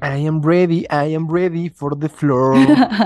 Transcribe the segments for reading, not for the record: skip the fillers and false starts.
I am ready for the floor.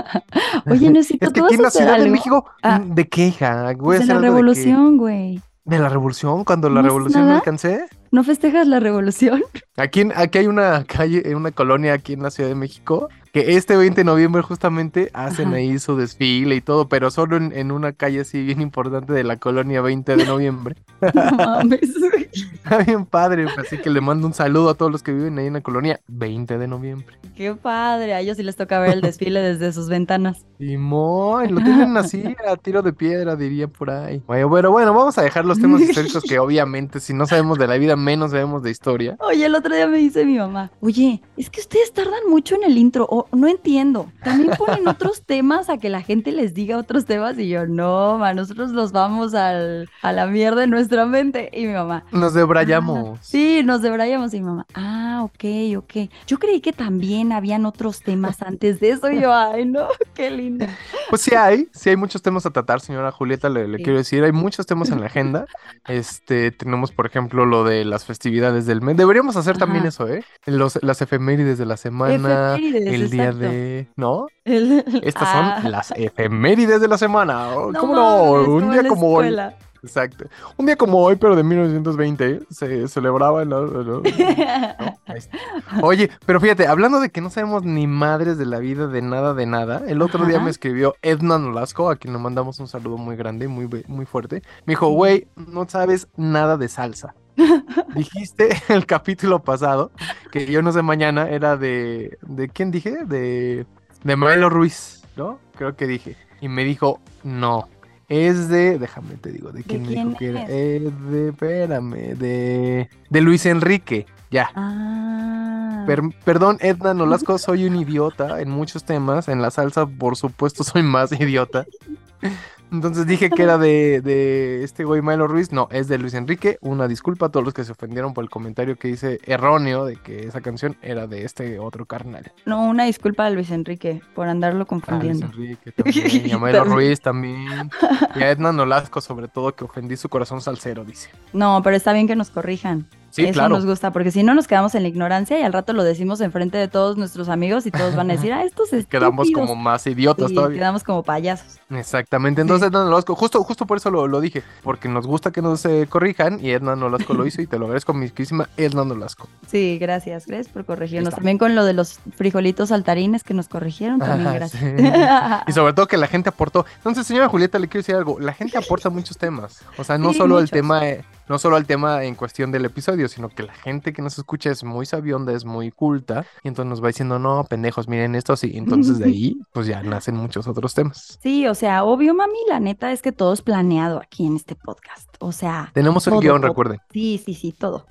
Oye, Necesito, Es que ¿tú aquí vas en a la hacer Ciudad de algo? México, Ah, ¿de qué, hija? Voy pues a de hacer la algo de qué. revolución, güey. ¿De la revolución? Cuando la ¿No haces revolución no nada? alcancé. ¿No festejas la revolución? Aquí hay una calle, una colonia aquí en la Ciudad de México, que este 20 de noviembre justamente hacen Ajá. ahí su desfile y todo, pero solo en una calle así bien importante de la colonia 20 de noviembre. No mames. Está bien padre, así que le mando un saludo a todos los que viven ahí en la colonia 20 de noviembre. Qué padre. A ellos sí les toca ver el desfile desde sus ventanas. Simón, lo tienen así a tiro de piedra, diría por ahí. Bueno, vamos a dejar los temas históricos que obviamente si no sabemos de la vida, menos sabemos de historia. Oye, el otro día me dice mi mamá, oye, es que ustedes tardan mucho en el intro, o no entiendo. También ponen otros temas a que la gente les diga otros temas y yo, no, ma, nosotros los vamos a la mierda en nuestra mente. Y mi mamá, Nos ah, debrayamos. sí, nos debrayamos. Y mi mamá, ok, ok. Yo creí que también habían otros temas antes de eso. Y yo, ay, no, qué linda. Pues sí hay muchos temas a tratar, señora Julieta, le quiero Sí. decir, hay muchos temas en la agenda. Tenemos, por ejemplo, lo de las festividades del mes. Deberíamos hacer también Ajá. eso, ¿eh? Las efemérides de la semana, Efemérides, el día exacto. de... ¿No? Estas son Ah, las efemérides de la semana. Oh, no ¿cómo no? mames, Un como en día la como hoy. escuela. Exacto. Un día como hoy, pero de 1920, se celebraba ¿no? Ahí está. Oye, pero fíjate, hablando de que no sabemos ni madres de la vida, de nada, el otro día me Ajá. escribió Edna Nolasco, a quien le mandamos un saludo muy grande, muy fuerte. Me dijo, Sí. güey, no sabes nada de salsa. Dijiste el capítulo pasado que yo no sé mañana era ¿de quién dije? De Maelo Ruiz, ¿no? Creo que dije. Y me dijo, no, déjame te digo, ¿de ¿De quién me dijo quién que era? es? Espérame, de Luis Enrique, ya. Ah. Perdón, Edna Nolasco, soy un idiota en muchos temas. En la salsa, por supuesto, soy más idiota. Entonces dije que era de este güey Milo Ruiz. No, es de Luis Enrique. Una disculpa a todos los que se ofendieron por el comentario que hice erróneo de que esa canción era de este otro carnal. No, una disculpa a Luis Enrique por andarlo A Luis confundiendo. Enrique también. Y a Milo También. Ruiz también. Y a Edna Nolasco, sobre todo, que ofendí su corazón salsero, dice. No, pero está bien que nos corrijan. Sí, Eso nos claro. gusta, porque si no nos quedamos en la ignorancia y al rato lo decimos enfrente de todos nuestros amigos y todos van a decir, estos Y quedamos estúpidos. como más idiotas Y todavía. quedamos como payasos. Exactamente, Sí. entonces Edna Nolasco, justo por eso lo dije, porque nos gusta que nos corrijan y Edna Nolasco lo hizo y te lo agradezco, mi queridísima Edna Nolasco. Sí, gracias. Gracias por Ahí corregirnos. está. También con lo de los frijolitos saltarines que nos corrigieron, también Ajá, sí. gracias. Y sobre todo que la gente aportó. Entonces, señora Julieta, le quiero decir algo. La gente aporta muchos temas. O sea, Sí, muchos. no solo el tema en cuestión del episodio, sino que la gente que nos escucha es muy sabionda, es muy culta. Y entonces nos va diciendo, no, pendejos, miren esto así. Entonces de ahí, pues ya nacen muchos otros temas. Sí, o sea, obvio, mami, la neta es que todo es planeado aquí en este podcast. O sea, Tenemos un todo, guión, todo. recuerden. Sí, sí, sí, todo.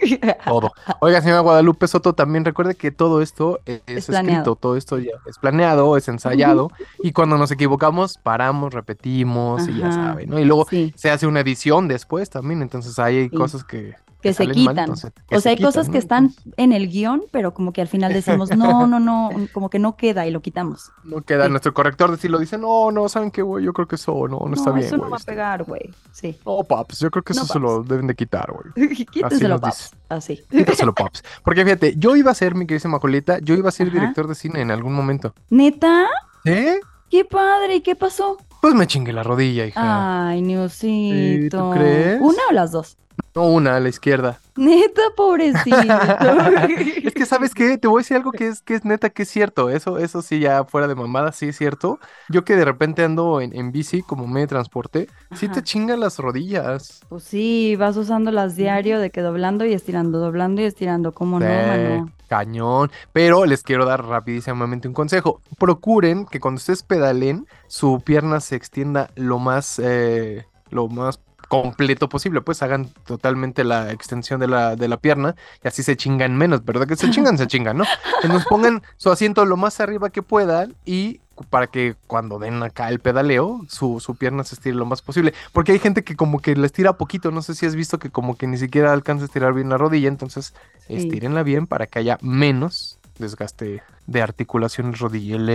Todo. Oiga, señora Guadalupe Soto, también recuerde que todo esto Es es planeado. escrito, todo esto ya es planeado, es ensayado, y cuando nos equivocamos, paramos, repetimos, y ya Ajá, saben, ¿no? Y luego sí, se hace una edición después también, entonces ahí hay sí. cosas que Que se salen mal, quitan. entonces, que O sea, se hay cosas quitan, que ¿no? están Entonces, en el guión, pero como que al final decimos, no, no, no, como que no queda y lo quitamos. no queda Sí. nuestro corrector de estilo, dice, no, ¿saben qué, güey? Yo creo que eso no está No, bien, eso no güey, va a pegar, güey. Sí. No, paps, yo creo que No, eso se paps. lo deben de quitar, güey. Así Quítenselo, nos dice. paps. Así. Quítaselo, paps. Porque fíjate, yo iba a ser, mi queridísima Julieta, yo iba a ser Ajá. director de cine en algún momento. ¿Neta? ¿Eh? Qué padre. ¿Y qué pasó? Pues me chingué la rodilla, hija. Ay, Sí, ¿tú Niosito. ¿Una crees? o las dos? No, una a la izquierda. Neta, pobrecito. Es que, ¿sabes qué? Te voy a decir algo que es neta, que es cierto. Eso sí, ya fuera de mamada, sí es cierto. Yo que de repente ando en bici como medio de transporte, sí te Ajá. chingan las rodillas. Pues sí, vas usándolas Sí. diario de que doblando y estirando. ¿Cómo Sí, no, mano? cañón. Pero les quiero dar rapidísimamente un consejo. Procuren que cuando ustedes pedalen, su pierna se extienda lo más completo posible. Pues hagan totalmente la extensión de la pierna y así se chingan menos, ¿verdad? Que se chingan, ¿no? Entonces pongan su asiento lo más arriba que puedan y para que cuando den acá el pedaleo, su pierna se estire lo más posible. Porque hay gente que como que la estira poquito, no sé si has visto que como que ni siquiera alcanza a estirar bien la rodilla, entonces Sí. estírenla bien para que haya menos desgaste de articulaciones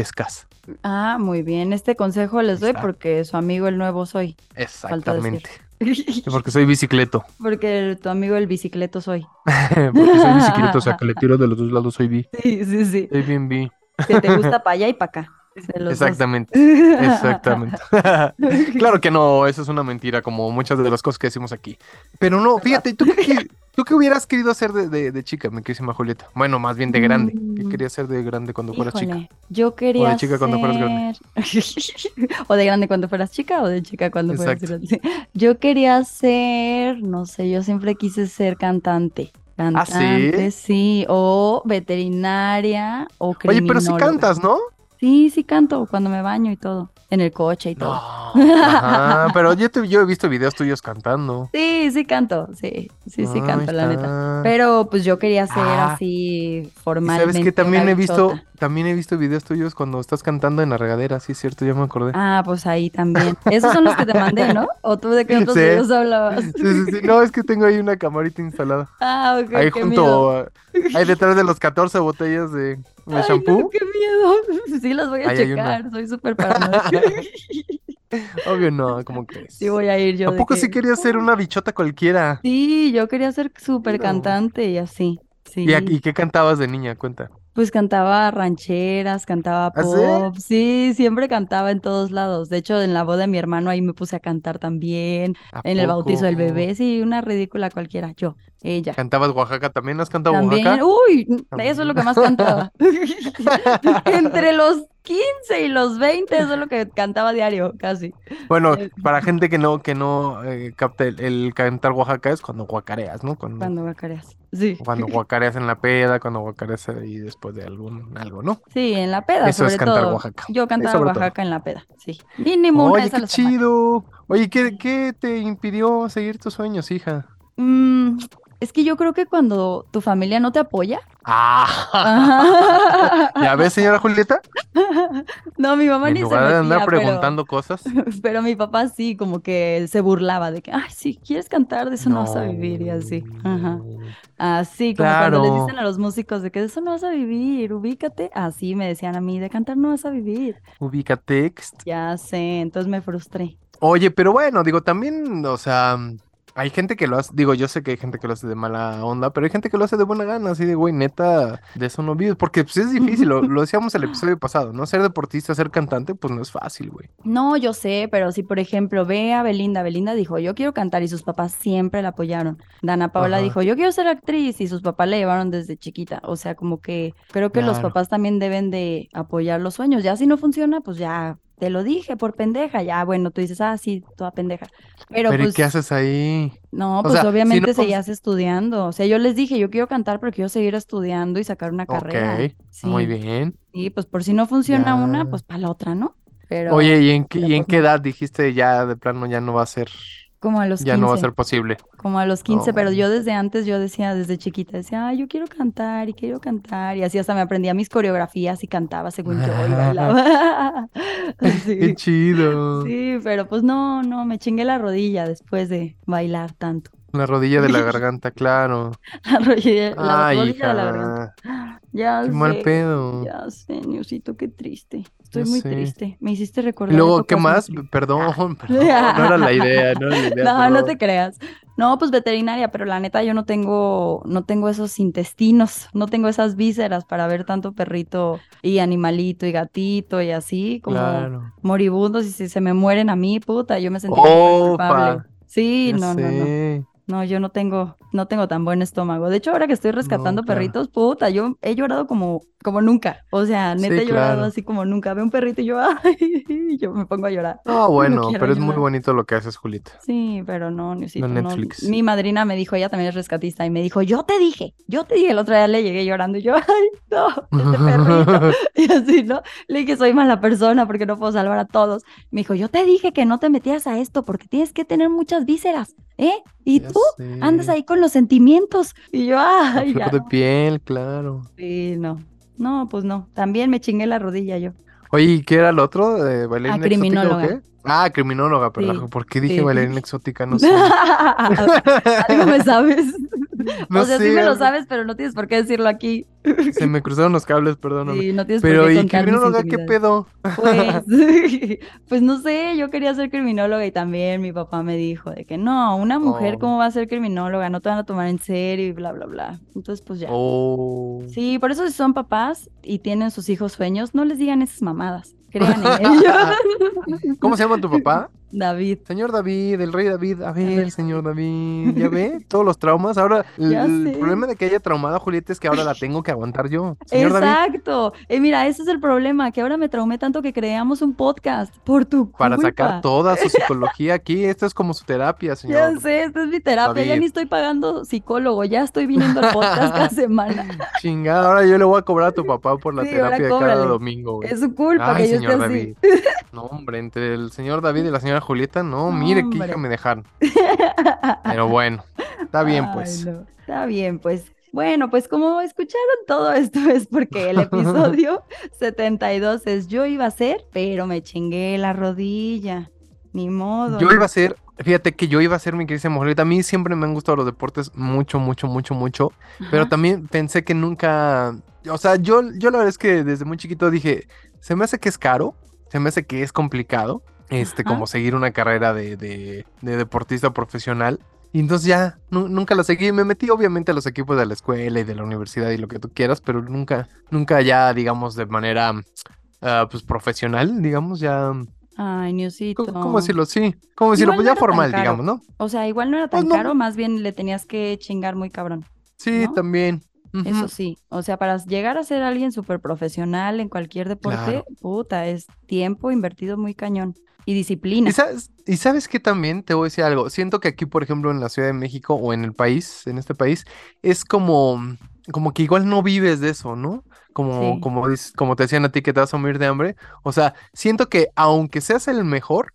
rodillescas. Ah, muy bien. Este consejo les Ahí doy está. porque su amigo el nuevo soy. Falta decir. Exactamente. Porque soy bicicleto. Porque tu amigo el bicicleto soy. Porque soy bicicleto, o sea, que le tiro de los dos lados, soy bi. Sí, sí, sí. Soy bien bi. Que te gusta para allá y para acá. De los dos. Exactamente, exactamente. Claro que no, eso es una mentira, como muchas de las cosas que decimos aquí. Pero no, ¿Verdad? fíjate, ¿tú qué hubieras querido hacer de chica, mi querísima Julieta? Bueno, más bien de grande. ¿Qué Mm, querías ser de grande cuando fueras chica? Híjole, yo O de quería chica cuando fueras grande. ser... O de grande cuando fueras chica o de chica cuando fueras Exacto. grande. Yo quería ser, no sé, yo siempre quise ser cantante. Ah, Cantante, sí. sí, o veterinaria o Oye, pero sí criminóloga. cantas, ¿no? Sí, sí canto cuando me baño y todo, en el coche y todo. No. Ajá, pero yo he visto videos tuyos cantando. Sí, sí canto, sí, sí, sí Ahí canto, la neta. está. Pero pues yo quería ser Ah, así y sabes que formalmente una bichota. también he visto videos tuyos cuando estás cantando en la regadera, sí es cierto, ya me acordé. Ah, pues ahí también. Esos son los que te mandé, ¿no? ¿O tú de qué otros Sí, videos hablabas? sí, sí, sí. No, es que tengo ahí una camarita instalada. Ah, ok, Ahí qué miedo. junto, ahí detrás de los 14 botellas de Ay, no, shampoo, qué miedo. Sí, las voy a ahí hay una. checar, soy súper paranoica. Obvio no, ¿cómo Sí, crees? voy a ir yo ¿A de poco sí que... querías ser una bichota cualquiera? Sí, yo quería ser súper Chido. cantante y así. ¿Y Sí. qué cantabas de niña? Cuenta. Pues cantaba rancheras, cantaba ¿Ah, sí? pop, sí, siempre cantaba en todos lados. De hecho, en la boda de mi hermano ahí me puse a cantar también, ¿A en el bautizo del poco? bebé, sí, una ridícula cualquiera, yo, ella. ¿Cantabas Oaxaca también? ¿Has cantado También, Oaxaca? uy, eso es También. lo que más cantaba. Entre los 15 y los 20, eso es lo que cantaba diario, casi. Bueno, Eh, para gente que no capta el cantar Oaxaca es cuando guacareas, ¿no? Cuando guacareas. Sí. Cuando guacareas en la peda, cuando guacareas ahí después de algo, ¿no? Sí, en la peda, Eso es sobre cantar todo. Oaxaca. Yo Sí, cantaba sobre todo. Oaxaca en la peda, sí. Mínimo una Oye, vez a qué la semana. chido. Oye, ¿qué, Sí. qué te impidió seguir tus sueños, hija? Mm, es que yo creo que cuando tu familia no te apoya. Ah, ¿ya ves, señora Julieta? No, mi mamá En ni se lugar de andar metía, pero, preguntando cosas. pero mi papá sí, como que se burlaba de que, ay, si quieres cantar, de eso no vas a vivir y así. Ajá. No. Así como cuando les Claro. dicen a los músicos de que de eso no vas a vivir, ubícate. Así me decían a mí, de cantar no vas a vivir. Ubica text. Ya sé, entonces me frustré. Oye, pero bueno, digo, también, o sea, hay gente que lo hace, digo, yo sé que hay gente que lo hace de mala onda, pero hay gente que lo hace de buena gana, así de, güey, neta, de eso no vives, porque pues es difícil, lo decíamos el episodio pasado, ¿no? Ser deportista, ser cantante, pues no es fácil, güey. No, yo sé, pero si por ejemplo ve a Belinda, Belinda dijo, yo quiero cantar y sus papás siempre la apoyaron. Dana Paola Ajá, dijo, yo quiero ser actriz y sus papás la llevaron desde chiquita. O sea, como que creo que los claro. papás también deben de apoyar los sueños. Ya si no funciona, pues ya te lo dije por pendeja. Ya, bueno, tú dices, ah, sí, toda pendeja. Pero Pero ¿y qué pues haces ahí? no, O pues sea, si no... obviamente seguías estudiando. O sea, yo les dije, yo quiero cantar, pero quiero seguir estudiando y sacar una Ok, carrera. muy Sí, bien, y pues por si no funciona una, ya. pues para la otra, ¿no? Oye, Pero ¿y en pues qué no, edad dijiste ya de plano ya no va a ser, como a los ya no va a 15. ser posible? Como a los 15, Oh, pero yo desde antes, yo decía, desde chiquita, decía, ay, yo quiero cantar y quiero cantar. Y así hasta me aprendía mis coreografías y cantaba según yo y bailaba. qué Sí, chido. sí, pero pues no, no, me chingué la rodilla después de bailar tanto. La rodilla de la garganta, claro. La Ay, rodilla de la garganta. hija, qué Ya mal sé, pedo. ya sé, Niosito, qué triste. Estoy Ya muy sé. triste. Me hiciste Y recordar luego, ¿qué épocas muy más? tristes. Ah. Perdón, perdón, no era la idea, no era la idea, No, no te perdón. creas. No, pues veterinaria, pero la neta yo no tengo esos intestinos, no tengo esas vísceras para ver tanto perrito y animalito y gatito y así como Claro. moribundos y si se me mueren a mí, puta, yo me sentiría súper culpable. Opa, Sí, ya no, no, no. sé. No, yo no tengo tan buen estómago. De hecho, ahora que estoy No, rescatando claro. perritos, puta, yo he llorado como nunca. O sea, neta Sí, he llorado claro. así como nunca. Veo un perrito y yo, ay, yo me pongo a llorar. No, No bueno, quiero pero es muy llorar. bonito lo que haces, Julita. Sí, pero no, No Niosito, no. Netflix. Mi madrina me dijo, ella también es rescatista, y me dijo, yo te dije, el otro día le llegué llorando y yo, ay, no, este perrito. Y así, ¿no? Le dije, soy mala persona porque no puedo salvar a todos. Me dijo, yo te dije que no te metieras a esto porque tienes que tener muchas vísceras, ¿eh? Y Ya tú andas sé. ahí con los sentimientos. Y yo, A ay, flor ya de no. piel, claro. Sí, no. No, pues no. También me chingué la rodilla yo. Oye, ¿y qué era el otro? A ¿Bailarina exótica o criminóloga. qué? Ah, criminóloga, Sí, perdón. ¿Por qué dije sí. bailarina exótica? No sé. Algo me sabes. No O sea, sí sé, me lo sabes, pero no tienes por qué decirlo aquí. se me cruzaron los cables, perdóname. Sí, no tienes por Pero, qué ¿y contar mis criminóloga qué intimidades. pedo? Pues, pues no sé, yo quería ser criminóloga y también mi papá me dijo de que no, una mujer, Oh, ¿cómo va a ser criminóloga? No te van a tomar en serio y bla, bla, bla. Entonces, pues ya. oh. Sí, por eso si son papás y tienen sus hijos sueños, no les digan esas mamadas. Crean en ellos. ¿Cómo se llama tu papá? David, Señor David, el rey David. A el rey ver, señor David. David, ¿ya ve? Todos los traumas. Ahora, Ya el sé. problema de que haya traumado a Julieta es que ahora la tengo que aguantar yo. Señor David, Exacto. Mira, ese es el problema, que ahora me traumé tanto que creamos un podcast por tu para sacar culpa. toda su psicología aquí, esto es como su terapia, Ya señor sé, esta es mi terapia, ya David. ni estoy pagando psicólogo, ya estoy viniendo al podcast cada semana. Chingada, ahora yo le voy a cobrar a tu papá por la Sí, ahora terapia de cada cóbrale. domingo, güey. Es su culpa Ay, que yo esté señor así. David. No, hombre, entre el señor David y la señora Julieta, no, No, mire qué hija hombre. me dejaron. Pero bueno, está bien, Ay, pues. no. Está bien, pues. Bueno, pues como escucharon todo esto es porque el episodio 72 es yo iba a ser, pero me chingué la rodilla. Ni modo, Yo ni iba a modo. ser, fíjate que yo iba a ser mi querida Julieta. A mí siempre me han gustado los deportes mucho, mucho, mucho, mucho. Pero Ajá, también pensé que nunca, o sea, yo la verdad es que desde muy chiquito dije, se me hace que es caro, se me hace que es complicado, ajá. como seguir una carrera de deportista profesional. Y entonces ya, nunca la seguí. Me metí obviamente a los equipos de la escuela y de la universidad y lo que tú quieras, pero nunca ya, digamos, de manera, pues profesional, digamos, ya, Ay, ¿cómo Niosito. decirlo? Sí, ¿cómo decirlo? Igual Pues no ya era tan formal, digamos, caro. ¿no? O sea, igual no era Pues tan caro, no, más bien le tenías que chingar muy cabrón, sí, ¿no? también. Eso Ujú, sí, o sea, para llegar a ser alguien súper profesional en cualquier deporte, claro. puta, es tiempo invertido muy cañón y Y disciplina. sabes que también te voy a decir algo. Siento que aquí, por ejemplo, en la Ciudad de México o en el país, en este país, es como que igual no vives de eso, ¿no? Sí, Como te decían a ti que te vas a morir de hambre. O sea, siento que aunque seas el mejor,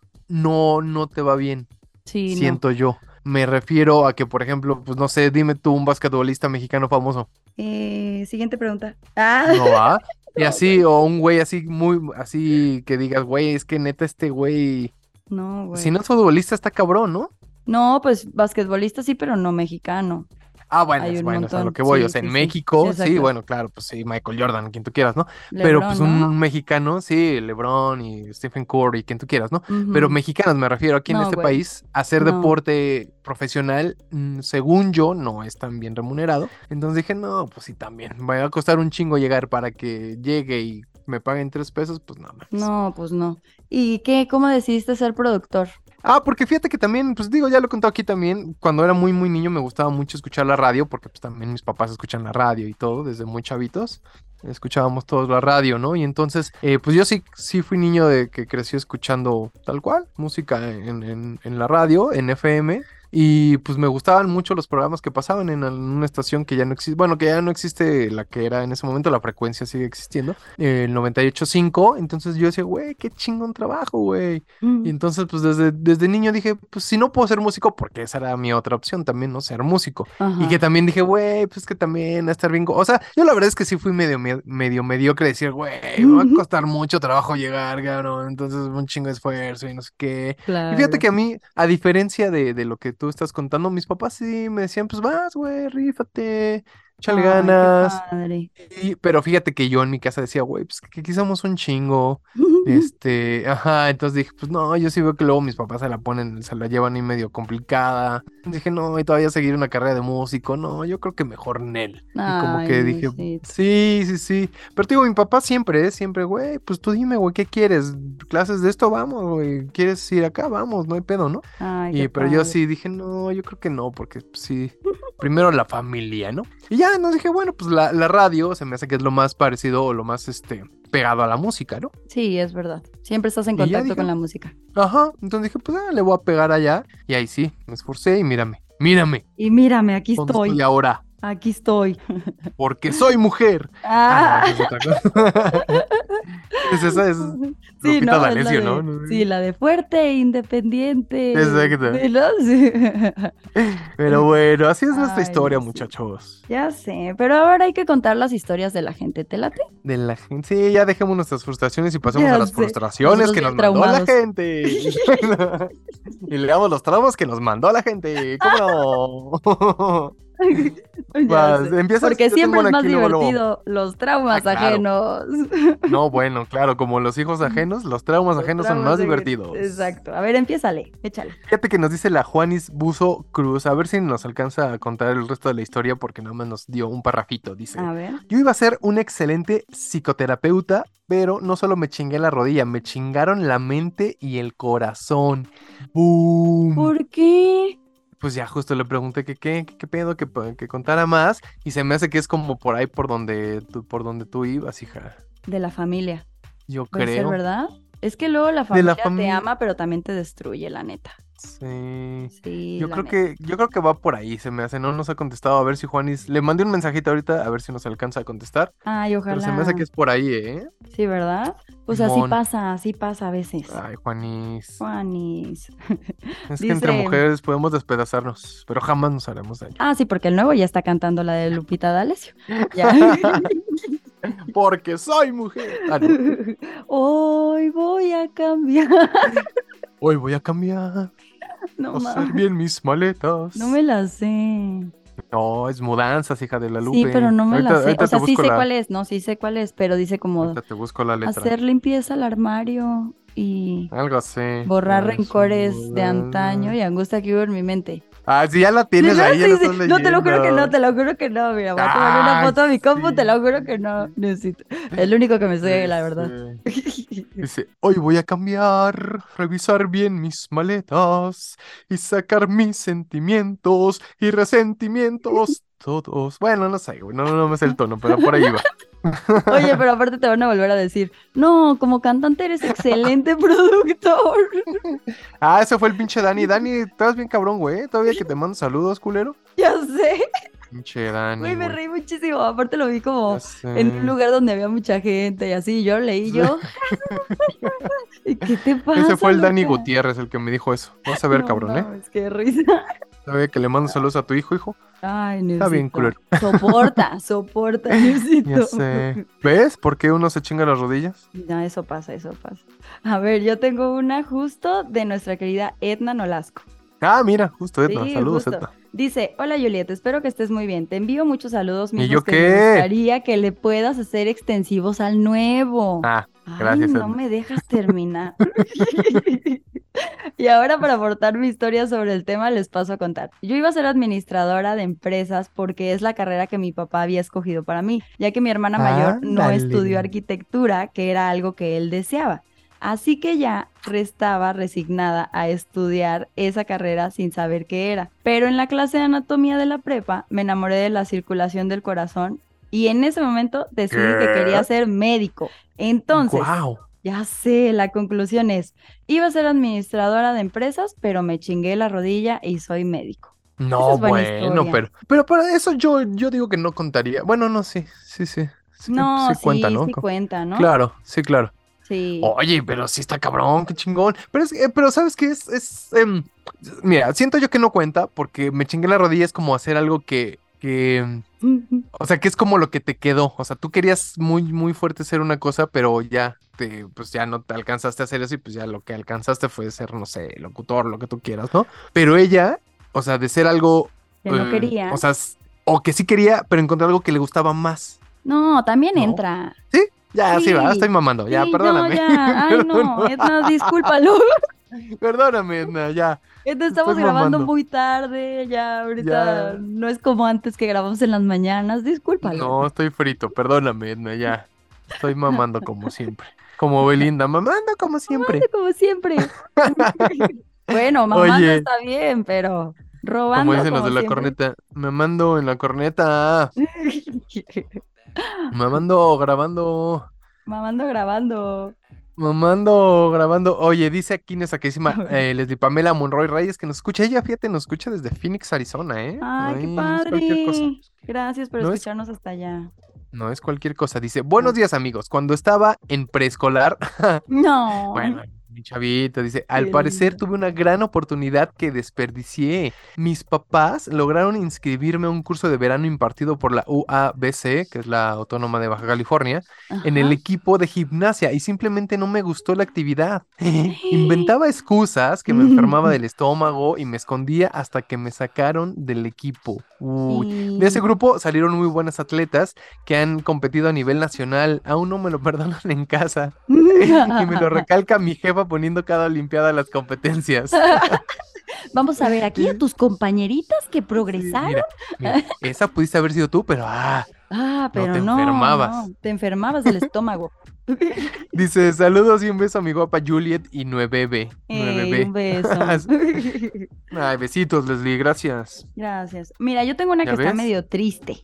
no te va bien. sí, no. Siento yo. Me refiero a que, por ejemplo, pues no sé, dime tú un basquetbolista mexicano famoso. Siguiente pregunta. Ah, No va. Y no, así, güey. o un güey así, muy, así que digas, güey, es que neta este güey, No, si güey. no es futbolista está cabrón, ¿no? No, pues basquetbolista sí, pero no mexicano. Ah, bueno, Hay un es a lo montón. que voy. O Sí, sea, en sí, sí. Sí, México, sí, exacto. bueno, claro, pues sí, Michael Jordan, quien tú quieras, ¿no? Pero pues LeBron, ¿no? un mexicano, sí, LeBron y Stephen Curry, quien tú quieras, ¿no? Pero Ujú. mexicanos me refiero aquí en No, este güey. país, hacer No. deporte profesional, según yo, no es tan bien remunerado. Entonces dije, no, pues sí, también. Me va a costar un chingo llegar para que llegue y me paguen 3 pesos, pues no mames. No, pues no. ¿Y qué? ¿Cómo decidiste ser productor? Ah, porque fíjate que también, pues digo, ya lo he contado aquí también, cuando era muy, muy niño me gustaba mucho escuchar la radio, porque pues también mis papás escuchan la radio y todo, desde muy chavitos, escuchábamos todos la radio, ¿no? Y entonces, pues yo sí fui niño de que creció escuchando tal cual, música en la radio, en FM, y pues me gustaban mucho los programas que pasaban en una estación que ya no existe, bueno, que ya no existe la que era en ese momento, la frecuencia sigue existiendo, el 98.5, entonces yo decía, güey, qué chingón trabajo, güey. Y Mm. entonces, pues desde niño dije, pues si no puedo ser músico, porque esa era mi otra opción también, ¿no? Ser músico. Y que Ajá. también dije, güey, pues que también a estar bien. O sea, yo la verdad es que sí fui medio mediocre, decir, güey, me va a costar mucho trabajo llegar, cabrón. Entonces, un chingo de esfuerzo y no sé qué. Y fíjate Claro. que a mí, a diferencia de lo que tú estás contando, mis papás sí me decían, pues vas, güey, rífate, échale Ay, qué ganas. padre. Pero fíjate que yo en mi casa decía, güey, pues que aquí somos un chingo. Ajá, entonces dije, pues no, yo sí veo que luego mis papás se la llevan ahí medio complicada. Dije, no, y todavía seguir una carrera de músico, no, yo creo que mejor Nel. Y como Ay, que dije, Diosito. sí, sí, sí. Pero te digo, mi papá siempre, güey, pues tú dime, güey, ¿qué quieres? ¿Clases de esto? Vamos, güey. ¿Quieres ir acá? Vamos, no hay pedo, ¿no? Ay, qué Pero yo padre. sí dije, no, yo creo que no, porque pues, sí, primero la familia, ¿no? Y ya, no dije, bueno, pues la radio se me hace que es lo más parecido o lo más, pegado a la música, ¿no? Sí, es verdad. Siempre estás en Y ya contacto dije, con la música. ajá, entonces dije, pues le voy a pegar allá. Y ahí sí, me esforcé y mírame, Y mírame, aquí ¿dónde estoy estoy. ahora? Aquí estoy. Porque soy mujer. Ah, no, esa Ah. es otra cosa. Es Sí, Lupita ¿no? Es la D'Alessio, ¿no? de, sí, la de fuerte, independiente. Exacto. Sí, ¿no? Sí. Pero bueno, así es nuestra Ay, historia, Diosito. muchachos. Ya sé, pero ahora hay que contar las historias de la gente. ¿Te late? De la gente. Sí, ya dejemos nuestras frustraciones y pasemos a Ya las sé. frustraciones Nosotros que nos bien mandó la traumados. gente. Y leamos los tramos que nos mandó la gente. ¿Cómo no? Ya Vas, sé. empiezas, Porque yo tengo siempre es una más aquí, luego, luego. divertido los traumas Claro. ajenos. No, bueno, claro, como los hijos ajenos, los traumas Los ajenos son traumas más ajenos. divertidos. Exacto. A ver, empiézale, échale. Fíjate que nos dice la Juanis Buzo Cruz, a ver si nos alcanza a contar el resto de la historia porque nada más nos dio un parrafito. Dice, A ver. yo iba a ser un excelente psicoterapeuta, pero no solo me chingué la rodilla, me chingaron la mente y el corazón. ¡Boom! ¿Por qué? Pues ya justo le pregunté que qué pedo, que contara más y se me hace que es como por ahí por donde tú ibas, hija. De la familia. Yo Puede ser, creo. ¿verdad? Es que luego la De la familia te familia. ama, pero también te destruye, la neta. Sí. Sí, Yo la creo neta. yo creo que va por ahí, se me hace, no nos ha contestado, a ver si Juanis, le mandé un mensajito ahorita, a ver si nos alcanza a contestar, Ay, pero se me hace ojalá. que es por ahí, ¿eh? Sí, ¿verdad? Pues Simón. así pasa a veces. Ay, Juanis, Juanis. es que entre Dice. mujeres podemos despedazarnos, pero jamás nos haremos daño. Ah, sí, porque el nuevo ya está cantando la de Lupita D'Alessio. Ya. Porque soy mujer. Ah, no. Hoy voy a cambiar. Hoy voy a cambiar, No hacer más. bien mis maletas. No me la sé. No, es mudanzas, hija de la Sí, Lupe. pero no me la sé. Ahorita O te sea, sí busco sé cuál es, no, sí sé cuál es, pero dice como ahorita te busco la letra. hacer limpieza al armario y Algo así. borrar Es rencores de antaño mudanza. y angustia que hubo en mi mente. Ah, sí, ya la Sí, tienes no, ahí, ya sí, la sí. estás No, te lo juro que no, leyendo. te lo juro que no. Mira, voy a tomar una Ah, foto a mi compu, te lo sí. juro que no necesito. Es lo único que me sé, la verdad. Dice, hoy voy a cambiar, revisar bien mis maletas y sacar mis sentimientos y resentimientos todos. Bueno, no sé, güey, no me sé el tono, pero por ahí va. Oye, pero aparte te van a volver a decir, no, como cantante eres excelente productor. Ah, ese fue el pinche Dani. Dani, estás bien cabrón, güey. Todavía que te mando saludos, culero. Ya sé. Pinche Dani, Güey, me güey. reí muchísimo. Aparte lo vi Ya como en sé. un lugar donde había mucha gente y así. Yo leí yo. ¿Y qué te pasa, Ese fue el Dani Luca? Gutiérrez el que me dijo eso. Vas a ver, No cabrón, ¿eh? mames, qué risa. Todavía que le mando saludos a tu hijo. Ay, Está bien, Newsito. culero. Soporta, Newsito. Ya sé. ¿Ves por qué uno se chinga las rodillas? No, eso pasa, eso pasa. A ver, yo tengo una justo de nuestra querida Edna Nolasco. Ah, mira, justo Edna. Sí, Saludos, justo. Edna. Dice, hola Julieta, espero que estés muy bien. Te envío muchos saludos, ¿Y mismos yo que me qué? gustaría que le puedas hacer extensivos al nuevo. Ah, Ay, gracias, no Edna. me dejas terminar. Y ahora para aportar mi historia sobre el tema les paso a contar. Yo iba a ser administradora de empresas porque es la carrera que mi papá había escogido para mí, ya que mi hermana mayor no Ándale. estudió arquitectura, que era algo que él deseaba. Así que ya estaba resignada a estudiar esa carrera sin saber qué era. Pero en la clase de anatomía de la prepa me enamoré de la circulación del corazón y en ese momento decidí que quería ¿Qué? ser médico. Entonces, Guau. ya sé, la conclusión es, iba a ser administradora de empresas, pero me chingué la rodilla y soy médico. Esa No, es buena bueno, historia. pero para eso yo digo que no contaría. Bueno, no, sí. Sí, No, sí cuenta, sí, ¿no? sí cuenta, ¿no? Claro, sí, claro. Sí. Oye, pero sí está cabrón, qué chingón. Pero ¿sabes qué mira, siento yo que no cuenta porque me chingué la rodilla es como hacer algo o sea, que es como lo que te quedó. O sea, tú querías muy, muy fuerte ser una cosa, pero pues ya no te alcanzaste a hacer eso y pues ya lo que alcanzaste fue ser, no sé, locutor, lo que tú quieras, ¿no? Pero ella, o sea, de ser algo, Que no quería. o sea, o que sí quería, pero encontré algo que le gustaba más, No, también ¿no? entra. ¿Sí? Ya, sí, va, Sí, estoy mamando, ya, sí, no, perdóname. ya. Ay, no, Edna, discúlpalo. Perdóname, Edna, ya. Edna, estamos Estoy grabando mamando. muy tarde, ya ahorita Ya. no es como antes que grabamos en las mañanas, discúlpalo. No, estoy frito, perdóname, Edna, ya. Estoy mamando como siempre. Como Belinda, mamando como siempre. Como siempre. Bueno, mamando Oye, está bien, pero como robando dicen los como de la siempre. corneta, me mando en la corneta, me mando grabando, Mamando grabando. me mando grabando. Oye, dice aquí nuestra A queridísima ver. Leslie Pamela Monroy Reyes que nos escucha. Ella, fíjate, nos escucha desde Phoenix, Arizona, ¿eh? Ay, qué Ay, no es cualquier cosa. padre. Gracias por No es, escucharnos hasta allá. no es cualquier cosa. Dice, buenos días, amigos. Cuando estaba en preescolar, No. bueno, Mi chavito dice, al Qué parecer lindo. tuve una gran oportunidad que desperdicié. Mis papás lograron inscribirme a un curso de verano impartido por la UABC, que es la Autónoma de Baja California, en el Ajá. equipo de gimnasia y simplemente no me gustó la actividad. Inventaba excusas que me enfermaba del estómago y me escondía hasta que me sacaron del equipo. Uy, de ese Y... grupo salieron muy buenas atletas que han competido a nivel nacional. Aún no me lo perdonan en casa. Y me lo recalca mi jefa poniendo cada olimpiada las competencias. Vamos a ver aquí a Sí, tus compañeritas que sí, progresaron. mira, esa pudiste haber sido tú, pero Ah, no te pero no, no, enfermabas. te enfermabas del estómago. Dice, saludos y un beso a mi guapa Juliet y 9B, Ey, un 9B. beso. Ay, besitos, Leslie, gracias. Gracias. Mira, yo tengo una ¿Ya que está ves? medio triste.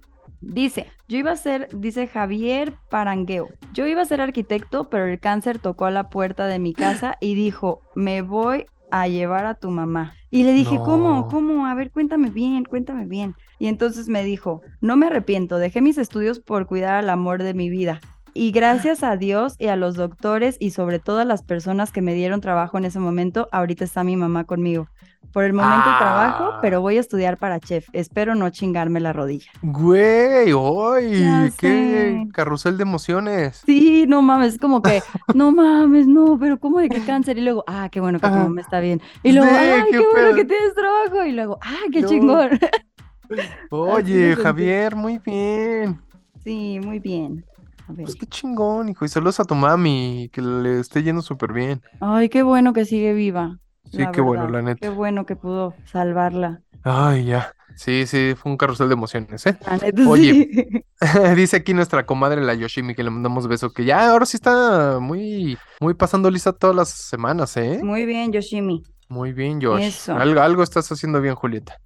Dice Javier Parangueo, yo iba a ser arquitecto, pero el cáncer tocó a la puerta de mi casa y dijo, me voy a llevar a tu mamá. Y le dije, ¿cómo? No. ¿Cómo? A ver, cuéntame bien, cuéntame bien. Y entonces me dijo, no me arrepiento, dejé mis estudios por cuidar al amor de mi vida. Y gracias a Dios y a los doctores y sobre todo a las personas que me dieron trabajo en ese momento, ahorita está mi mamá conmigo. Por el momento trabajo, pero Ah, voy a estudiar para chef. Espero no chingarme la rodilla. güey, Ya ¡ay! ¡Qué sé. carrusel de emociones! Sí, no mames, es como que, no mames, no, pero ¿cómo de qué cáncer? Y luego, qué bueno que tu Ah, mamá está bien. Y sí, luego, qué qué bueno que pedo. tienes trabajo. Y luego, qué No. chingón. Así me Oye, sentí. Javier, muy bien. Sí, muy bien. A Pues ver. qué chingón, hijo. Y saludos a tu mami, que le esté yendo súper bien. Ay, qué bueno que sigue viva, Sí, la qué bueno, verdad. la Qué neta. bueno que pudo salvarla. Ay, ya. Sí, sí, fue un carrusel de emociones, ¿eh? La neta, Oye, sí. dice aquí nuestra comadre la Yoshimi que le mandamos beso, que ya ahora sí está muy, muy pasando lista todas las semanas, ¿eh? Muy bien, Yoshimi. Muy bien, Josh. Eso. Algo estás haciendo bien, Julieta.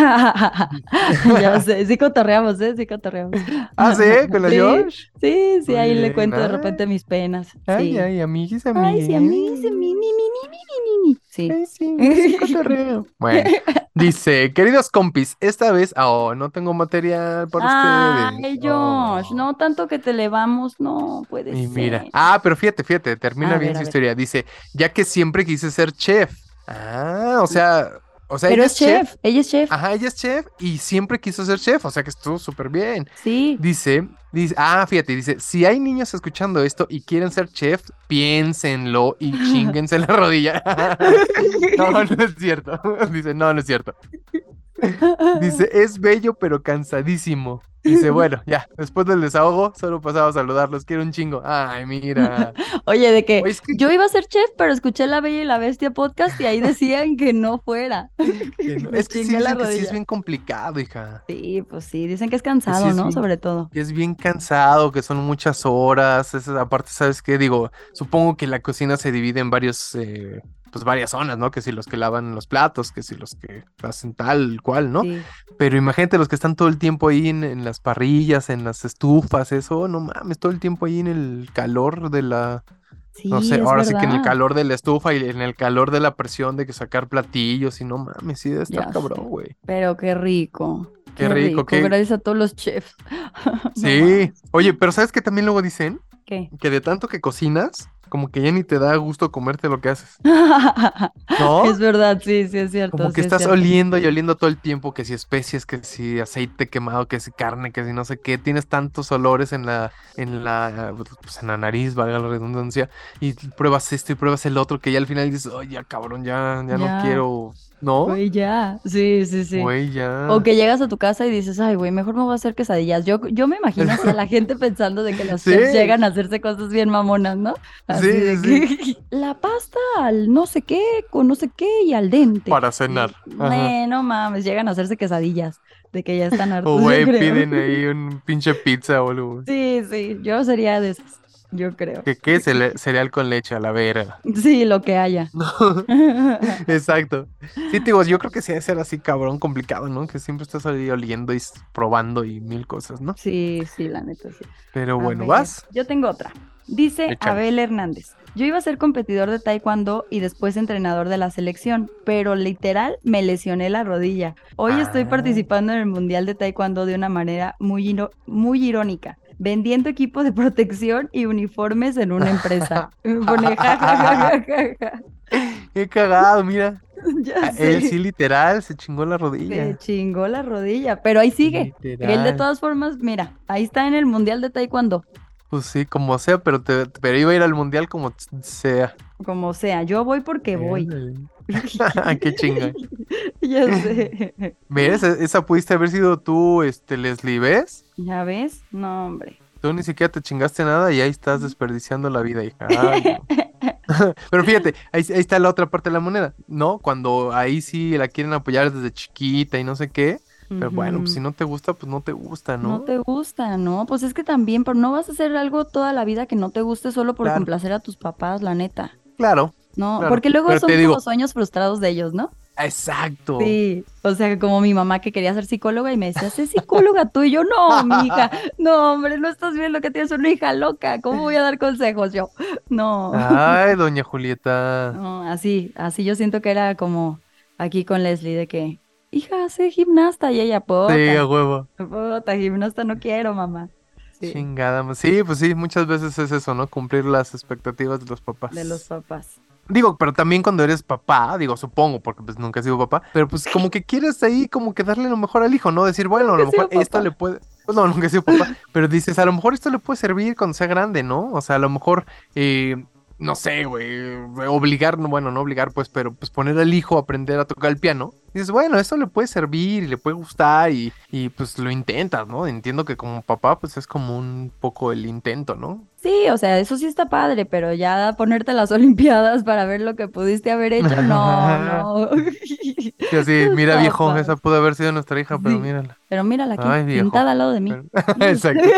Ya sé, sí cotorreamos, ¿eh? Sí cotorreamos. Ah, sí, con la Sí, Josh. sí, sí, Muy ahí le bien. cuento de Ay, repente mis penas. ay, Sí. ay, amiguis, Ay, sí, a mí, sí, amiguis. Sí. Ay, sí, ese cotorreo. Bueno, dice, queridos compis, esta vez, no tengo material para ustedes. Ay, Josh, Oh. no tanto que te elevamos, no puede Y mira, ser. pero fíjate, termina bien A su ver. historia. Dice, ya que siempre quise ser chef. O sea, Pero ella es es chef. chef, ella es chef. Ajá, ella es chef y siempre quiso ser chef, o sea que estuvo súper bien. Sí. Fíjate, dice, si hay niños escuchando esto y quieren ser chef, piénsenlo y chínguense la rodilla. No, no es cierto. Dice, no, no es cierto. Dice, es bello pero cansadísimo. Dice, bueno, ya, después del desahogo, solo pasaba a saludarlos, quiero un chingo. Ay, mira. Oye, de que Oye, es que, yo iba a ser chef, pero escuché La Bella y la Bestia podcast y ahí decían que no fuera, que que no- me es que sí chingué la dicen que sí es rodilla. bien complicado, hija. Sí, pues sí, dicen que es Que sí cansado, ¿no? Sobre todo. que es bien cansado, que son muchas horas. Aparte, ¿sabes qué? Digo, supongo que la cocina se divide en pues varias zonas, ¿no? Que si los que lavan los platos, que si los que hacen tal cual, ¿no? Sí, Pero imagínate los que están todo el tiempo ahí en las parrillas, en las estufas, eso, no mames, todo el tiempo ahí en el calor no sí, sé, es ahora sí que en el verdad. calor de la estufa y en el calor de la presión de que sacar platillos y no mames, sí debe estar Ya cabrón, sé. güey. Pero qué rico, Qué qué rico, rico. qué. Gracias a todos los chefs. No Sí. mames. Oye, pero ¿sabes qué también luego dicen? ¿Qué? Que de tanto que cocinas, como que ya ni te da gusto comerte lo que haces. ¿No? Es verdad, sí, sí es cierto, Como que sí es estás cierto. oliendo y oliendo todo el tiempo, que si especies, que si aceite quemado, que si carne, que si no sé qué, tienes tantos olores pues en la nariz, valga la redundancia, y pruebas esto y pruebas el otro, que ya al final dices, oye, ya cabrón, ya no Ya, quiero, ¿no? güey, ya. Sí, sí, sí. Güey, O ya. que llegas a tu casa y dices, ay, güey, mejor me voy a hacer quesadillas. Yo me imagino así a la gente pensando de que los chefs Sí, llegan a hacerse cosas bien mamonas, ¿no? sí, Así de sí, sí. que la pasta al no sé qué, con no sé qué y al dente. Para cenar. Y, Ajá. no mames, llegan a hacerse quesadillas de que ya están O hartos, yo güey, creo. piden ahí un pinche pizza o algo. Sí, sí, yo sería de esas, yo creo. ¿Qué? Cereal con leche a la vera. Sí, lo que haya. No, exacto. Sí, te digo, yo creo que sí debe ser así cabrón, complicado, ¿no? Que siempre estás ahí oliendo y probando y mil cosas, ¿no? Sí, sí, la neta, sí. Pero A bueno, ver, ¿vas? yo tengo otra. Dice Échale. Abel Hernández. Yo iba a ser competidor de taekwondo y después entrenador de la selección, pero literal me lesioné la rodilla. Hoy estoy Ah, participando en el Mundial de Taekwondo de una manera muy irónica. vendiendo equipo de protección y uniformes en una empresa. Me pone ja, ja, ja, ja, ja, ja. Qué cagado, mira. Ya Él sí sé. literal se chingó la Se rodilla. chingó la rodilla, pero ahí sigue. Él de Literal. todas formas, mira, ahí está en el Mundial de Taekwondo. Pues sí, como sea, pero iba a ir al mundial como sea. Como sea, yo voy porque voy. Ándale. Qué chinga. Ya sé. Mira, esa pudiste haber sido tú, Leslie, ¿ves? ¿Ya ves? No, hombre. Tú ni siquiera te chingaste nada y ahí estás desperdiciando la vida, hija. Ay, no. Pero fíjate, ahí está la otra parte de la moneda, ¿no? Cuando ahí sí la quieren apoyar desde chiquita y no sé qué. Pero bueno, pues Ujú. si no te gusta, pues no te gusta, No ¿no? te gusta, ¿no? Pues es que también, pero no vas a hacer algo toda la vida que no te guste solo por Claro, complacer a tus papás, la neta. claro, No, claro. porque luego Pero son te como digo, sueños frustrados de ellos, ¿no? exacto. Sí, o sea, como mi mamá que quería ser psicóloga y me decía, sé psicóloga tú y yo, no, mi hija, no, hombre, no estás viendo que tienes una hija loca, ¿cómo voy a dar consejos yo? No, Ay, doña Julieta. no, así yo siento que era como aquí con Leslie de que, hija, sé gimnasta y ella, Sí, a huevo. puta, gimnasta no quiero, mamá. Sí, Chingada. Sí, pues sí, muchas veces es eso, ¿no? Cumplir las expectativas de los de los papás. papás. Digo, pero también cuando eres papá, digo, supongo, porque pues nunca he sido papá, pero pues como que quieres ahí como que darle lo mejor al hijo, ¿no? Decir, bueno, a Nunca lo he mejor sido esto papá. le puede, pues no, nunca he sido papá, pero dices, a lo mejor esto le puede servir cuando sea grande, ¿no? O sea, a lo mejor, no sé, güey, obligar, no, bueno, no obligar, pues, pero pues poner al hijo a aprender a tocar el piano. Dices, bueno, esto le puede servir y le puede gustar y pues lo intentas, ¿no? Entiendo que como papá, pues es como un poco el intento, ¿no? Sí, o sea, eso sí está padre, pero ya ponerte las Olimpiadas para ver lo que pudiste haber hecho, no, no. Y así, Tus mira, viejo, papás. esa pudo haber sido nuestra hija, pero Sí, mírala. pero mírala aquí, Ay, viejo. sentada al lado de mí. Pero- Exacto.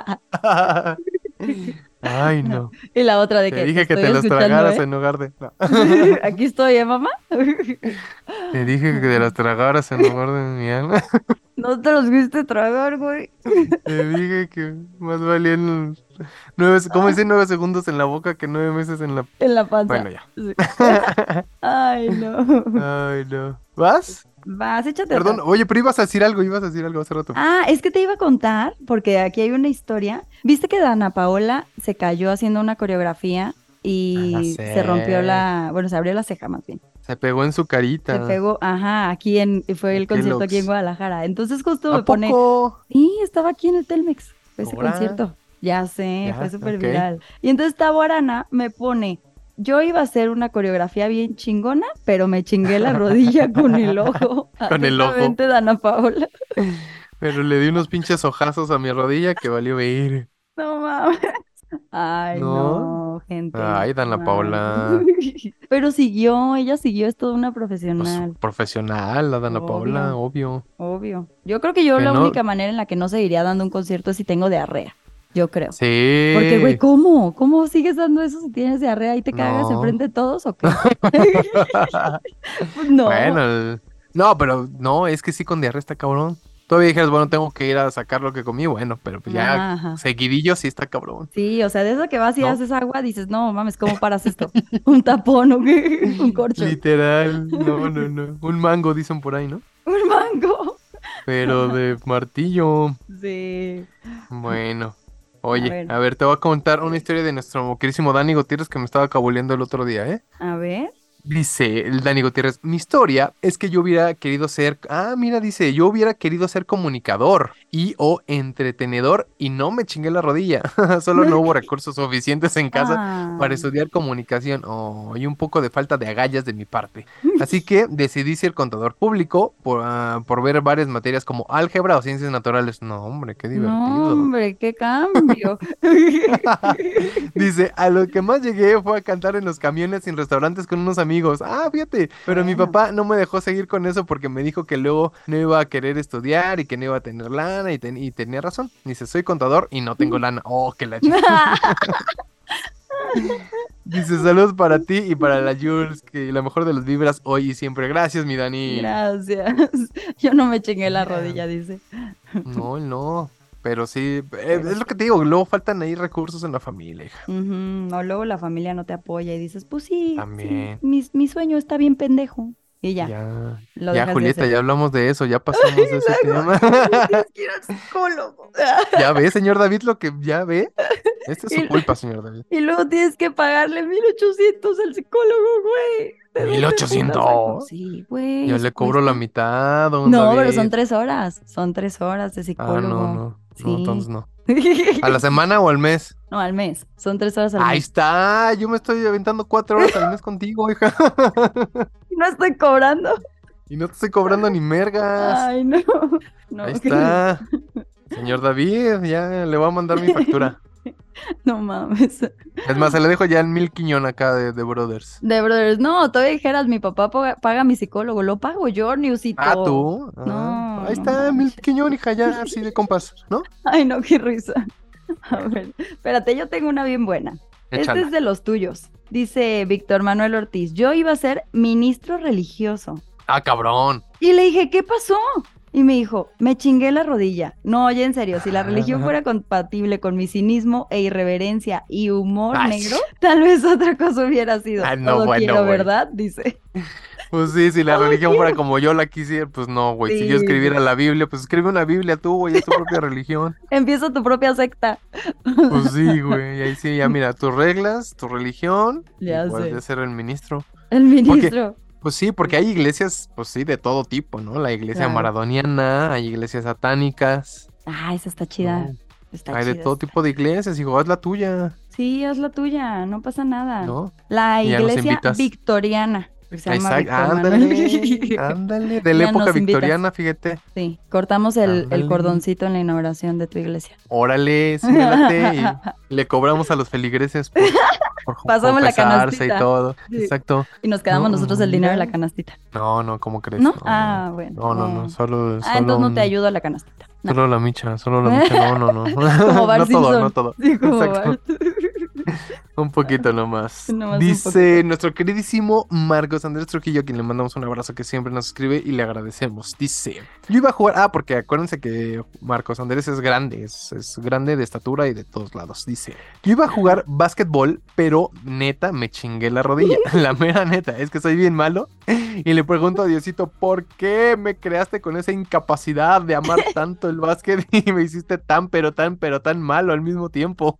Ay, No. no. Y la otra de Te que te dije que estoy te las escuchando, tragaras ¿eh? en lugar de... No. Aquí estoy, ¿eh, mamá? Te dije que te las tragaras en lugar de mi alma. No te los fuiste tragar, güey. Te dije que más valían ¿cómo Ah, dice 9 segundos en la boca que 9 meses en la... en la panza. Bueno, ya. Sí. Ay, no. Ay, no. ¿Vas? Vas, échate Perdón, otra. oye, pero ibas a decir algo hace rato. Ah, es que te iba a contar, porque aquí hay una historia. ¿Viste que Dana Paola se cayó haciendo una coreografía Ah, ya y se rompió sé. bueno, se abrió la ceja más bien? Se pegó en su Se carita. pegó, ajá, fue el Qué concierto aquí en locos. Guadalajara. Entonces justo ¿A me pone, poco? sí, estaba aquí en el Telmex, fue ese Ahora, concierto. Ya sé, fue ya, súper ok. viral. Y entonces Taborana me pone, yo iba a hacer una coreografía bien chingona, pero me chingué la rodilla con el ojo. Con el ojo. Atentamente, Dana Paola. Pero le di unos pinches ojazos a mi rodilla que valió ver. No mames. Ay, ¿No? no, gente, Ay, Dana mal. Paola. Pero siguió, ella siguió, es toda una Pues profesional. profesional, la Dana Paola, Obvio, obvio. obvio. Yo creo que yo Que la no. única manera en la que no seguiría dando un concierto es si tengo diarrea. Yo creo. Porque, güey, Sí. ¿cómo? ¿Cómo sigues dando eso si tienes diarrea y te cagas No. enfrente de todos o qué? Pues no. Bueno, no, pero no, es que sí con diarrea está cabrón. Todavía dijeras, bueno, tengo que ir a sacar lo que comí, bueno, pero pues ya Ajá, ajá. seguidillo sí está cabrón, Sí, o sea, de eso que vas y ¿no? haces agua, dices, no mames, ¿cómo paras esto? ¿Un tapón o qué? ¿Un corcho? Literal, no, no, no. Un mango dicen por ahí, ¿no? ¿Un mango? Pero de martillo. Sí. Bueno, A oye, ver, a ver, te voy a contar una historia de nuestro querísimo Dani Gutiérrez que me estaba cabuleando el otro día, ¿eh? a ver. Dice el Dani Gutiérrez, mi historia es que yo hubiera querido ser, mira, dice, yo hubiera querido ser comunicador y o entretenedor y no me chingué la rodilla, solo no hubo recursos suficientes en casa para Ah. estudiar comunicación, y un poco de falta de agallas de mi parte. Así que decidí ser contador público por ver varias materias como álgebra o ciencias naturales. No, hombre, qué No, divertido. hombre, qué cambio. Dice, a lo que más llegué fue a cantar en los camiones y en restaurantes con unos amigos. Ah, fíjate, pero mi Bueno. papá no me dejó seguir con eso porque me dijo que luego no iba a querer estudiar y que no iba a tener lana y tenía razón. Dice, soy contador y no tengo lana. Oh, que la Dice, saludos para ti y para la Jules, que la mejor de las vibras hoy y siempre. Gracias, mi Dani. Gracias. Yo no me chingué la Mira, rodilla, dice. no, no. Pero sí, Pero es lo sí. que te digo, luego faltan ahí recursos en la familia, hija. Ujú. O luego la familia no te apoya y dices, pues sí, sí, También. mi sueño está bien pendejo. Y ya, Ya, lo ya, dejas de Julieta, hacer. ya hablamos de eso, ya pasamos de ese Y luego, tema. y luego tienes que ir al psicólogo. Ya ve, señor David, lo que ya ve. Esta es su Y, culpa, señor David. y luego tienes que pagarle 1,800 al psicólogo, güey. ¿De Mil dónde puta saco? ochocientos. Sí, güey, Yo eso le cobro la cuesta. mitad, don No, pero son David. 3 horas. Son 3 horas de Ah, no, psicólogo. no, no, entonces Sí. no. ¿A la semana o al mes? No, al mes. Son 3 horas al Ahí mes. está, yo me estoy aventando 4 horas al mes contigo, hija. No estoy cobrando. Y no te estoy cobrando ni mergas. Ay, no. No, Ahí está. Señor David, ya le voy a mandar mi factura. no mames. Es más, se le dejo ya el 1,000 quiñón acá de Brothers. De brothers, no, todavía dijeras, mi papá paga a mi psicólogo, lo pago yo, Niusito. Ah, ¿tú? Ah, No, ahí no está, 1,000 manches. quiñón, hija, ya así de compas, ¿no? Ay, no, qué risa. A ver, espérate, yo tengo una bien buena. Este Échala. es de los tuyos. Dice Víctor Manuel Ortiz, yo iba a ser ministro religioso. Ah, cabrón. Y le dije, ¿qué pasó? Y me dijo, me chingué la rodilla. No, oye, en serio, si la religión fuera compatible con mi cinismo e irreverencia y humor Ay. negro, tal vez otra cosa hubiera sido. Ay, no, Todo bueno, quiero, güey. ¿verdad? Dice. Pues sí, si la Todo religión quiero. fuera como yo la quisiera, pues no, güey. Si yo Sí, escribiera la Biblia, pues escribe una Biblia tú, güey, es tu propia religión. empieza tu propia secta. Pues sí, güey. Y ahí sí, ya mira, tus reglas, tu religión, Ya y puedes sé. ser el ministro. El ministro. Pues sí, porque hay iglesias, pues sí, de todo tipo, ¿no? La iglesia Claro. maradoniana, hay iglesias satánicas, Ah, esa está chida. ¿no? Está Hay de chida. todo tipo de iglesias, hijo, haz la tuya, Sí, haz la tuya, no pasa nada. ¿no? La Y ya nos iglesia invitas. victoriana. Que se llama Exacto, Víctor ándale, Manuel. ándale, de la Ya época nos invitas. victoriana, fíjate. Sí, cortamos el Ándale. cordoncito en la inauguración de tu iglesia. Órale, sí, me late, y le cobramos a los feligreses por Pasamos la confesarse y canastita. todo. Sí. Exacto. Y nos quedamos No, nosotros el dinero de la mira. canastita. No, ¿cómo crees? ¿No? Ah, bueno. No, solo, Ah, entonces no te un- ayudo a la canastita. No. Solo la micha, no. Como Bart No todo, Simpson. no todo. Sí, como Exacto. Bart. Un poquito nomás. Nomás un Dice nuestro queridísimo Marcos Andrés Trujillo, a quien le mandamos un abrazo, que siempre nos escribe y le agradecemos. Dice, yo iba a jugar, porque acuérdense que Marcos Andrés es grande, es grande de estatura y de todos lados. Dice, yo iba a jugar básquetbol, pero neta me chingué la rodilla. La mera neta, es que soy bien malo. Y le pregunto a Diosito, ¿por qué me creaste con esa incapacidad de amar tanto el básquet y me hiciste tan, pero tan malo al mismo tiempo?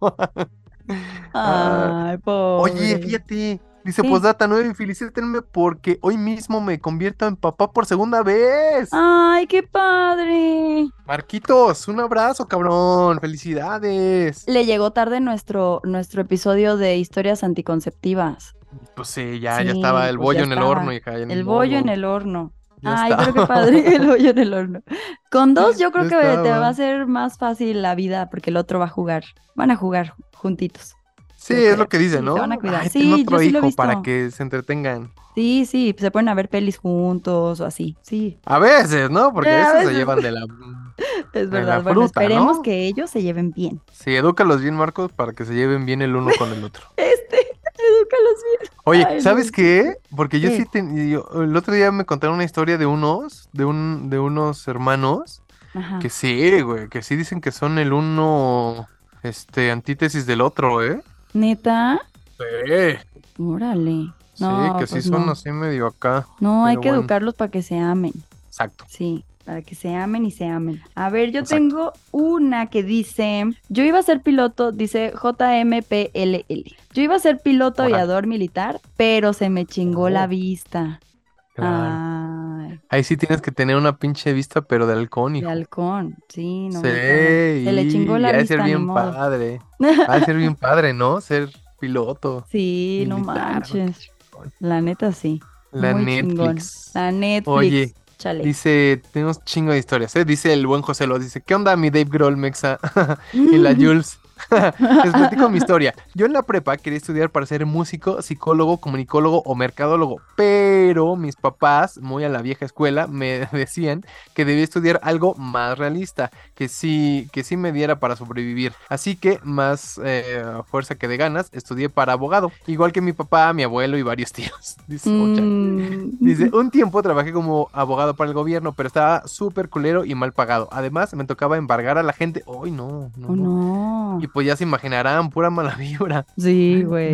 Ay, pobre. Oye, fíjate, dice ¿Qué? postdata 9, felicítenme porque hoy mismo me convierto en papá por segunda vez. Ay, qué padre. Marquitos, un abrazo, cabrón, felicidades. Le llegó tarde nuestro episodio de historias anticonceptivas. Pues sí, ya Sí, estaba el pues bollo ya en el estaba. horno, hija. El bollo en el horno. Ya Ay, pero qué estaba. padre, el bollo en el horno. Con dos yo creo Ya que te estaba. va a ser más fácil la vida porque el otro va a jugar. Van a jugar juntitos. Sí, Yo es creo. lo que dice, Sí, ¿no? se van a cuidar. Ay, Sí, ten yo otro sí lo he hijo para visto. que se entretengan. Sí, sí, se pueden a ver pelis juntos o así. Sí, A veces, ¿no? Porque A a veces se veces. llevan de la... es la verdad. Bueno, fruta, esperemos ¿no? que ellos se lleven bien. Sí, edúcalos bien, Marcos, para que se lleven bien el uno con el otro. Edúcalos bien. Oye, Ay, ¿sabes no. qué? Porque yo ¿Qué? sí el otro día me contaron una historia de unos hermanos Ajá. que sí, güey, que sí dicen que son el uno, antítesis del otro, ¿eh? ¿Neta? Sí. Órale. Sí, No, que sí pues son no. así medio acá. No, hay pero que bueno. educarlos para que se amen. Exacto. Sí, para que se amen y se amen. A ver, yo Exacto. tengo una que dice, yo iba a ser piloto, dice JMPLL. Yo iba a ser piloto Órale. aviador militar, pero se me chingó la Oh. vista. Claro. Ay, Ahí sí tienes que tener una pinche vista, pero de halcón, de hijo. halcón. Sí, no Sí, me acuerdo. Se le chingó la ha de vista, ser ni bien modo. padre. Ha de ser bien padre, ¿no? Ser piloto. Sí, no militar. manches. La neta sí. La Muy chingón. Netflix. La Netflix. Oye, Chale. dice, tenemos chingo de historias, ¿eh? Dice el buen José Lo, dice, ¿qué onda mi Dave Grohl, Mexa? Y la Jules. Les platico mi historia. Yo en la prepa quería estudiar para ser músico, psicólogo, comunicólogo o mercadólogo, pero mis papás, muy a la vieja escuela, me decían que debía estudiar algo más realista, que sí me diera para sobrevivir. Así que, más fuerza que de ganas, estudié para abogado, igual que mi papá, mi abuelo y varios tíos. Dice, oh, chale. Dice, un tiempo trabajé como abogado para el gobierno, pero estaba súper culero y mal pagado. Además, me tocaba embargar a la gente. ¡Ay, no! Oh, no. Y pues ya se imaginarán, pura mala vibra. Sí, güey.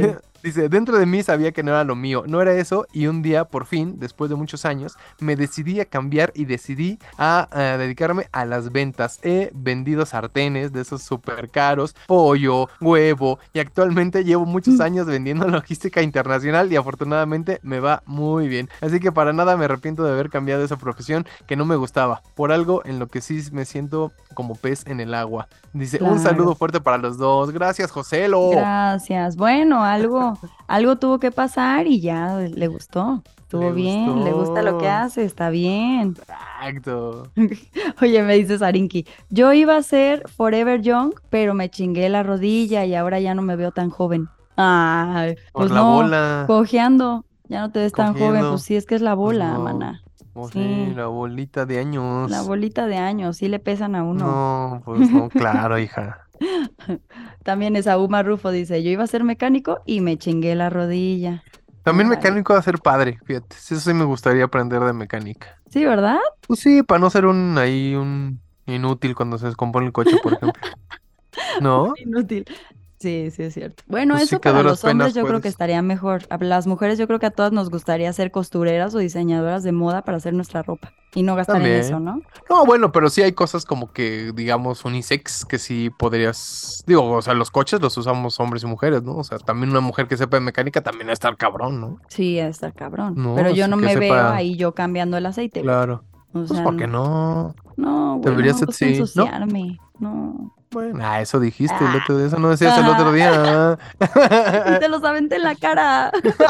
Dice, dentro de mí sabía que no era lo mío, no era eso, y un día, por fin, después de muchos años, me decidí a cambiar y decidí a dedicarme a las ventas. He vendido sartenes de esos súper caros, pollo, huevo, y actualmente llevo muchos años vendiendo logística internacional y afortunadamente me va muy bien. Así que para nada me arrepiento de haber cambiado esa profesión que no me gustaba, por algo en lo que sí me siento como pez en el agua. Dice, un saludo Claro. fuerte para los dos. Gracias, Joselo. Gracias. Bueno, algo tuvo que pasar y ya le gustó. Le Estuvo bien, le gusta lo que gustó. hace, está bien. Exacto. Oye, me dice Sarinki, yo iba a ser Forever Young, pero me chingué la rodilla y ahora ya no me veo tan joven. Ay, Por pues la no, bola, cojeando, ya no te ves tan joven, pues cogiendo. sí, es que es la Pues bola, no. mana. Pues sí, Sí, la bolita de la años. bolita de años, sí le pesan a uno. No, pues no, claro, hija. También Esaú Marrufo dice, yo iba a ser mecánico y me chingué la rodilla. También Órale. mecánico va a ser padre, fíjate. Sí, eso sí me gustaría aprender de mecánica. Sí, ¿verdad? Pues sí, para no ser un inútil cuando se descompone el coche, por ejemplo. ¿No? Inútil. Sí, sí es cierto. Bueno, Pues sí eso que a para duras los hombres penas yo creo que puedes. estaría mejor. A las mujeres yo creo que a todas nos gustaría ser costureras o diseñadoras de moda para hacer nuestra ropa y no gastar en eso, También. ¿no? No, bueno, pero sí hay cosas como que, digamos, unisex, que sí podrías, digo, o sea, los coches los usamos hombres y mujeres, ¿no? O sea, también una mujer que sepa de mecánica también va a estar cabrón, ¿no? Sí, está cabrón. Pero No, yo así no que me veo sepa, ahí yo cambiando el aceite, güey. claro. O Pues, sea, ¿por qué no? no, güey, no me Deberías ser, gusta sí, ¿no? ensuciarme. No. Bueno, eso dijiste el Ah, otro día, eso no decías el otro ajá. día. Y te los aventé en la cara.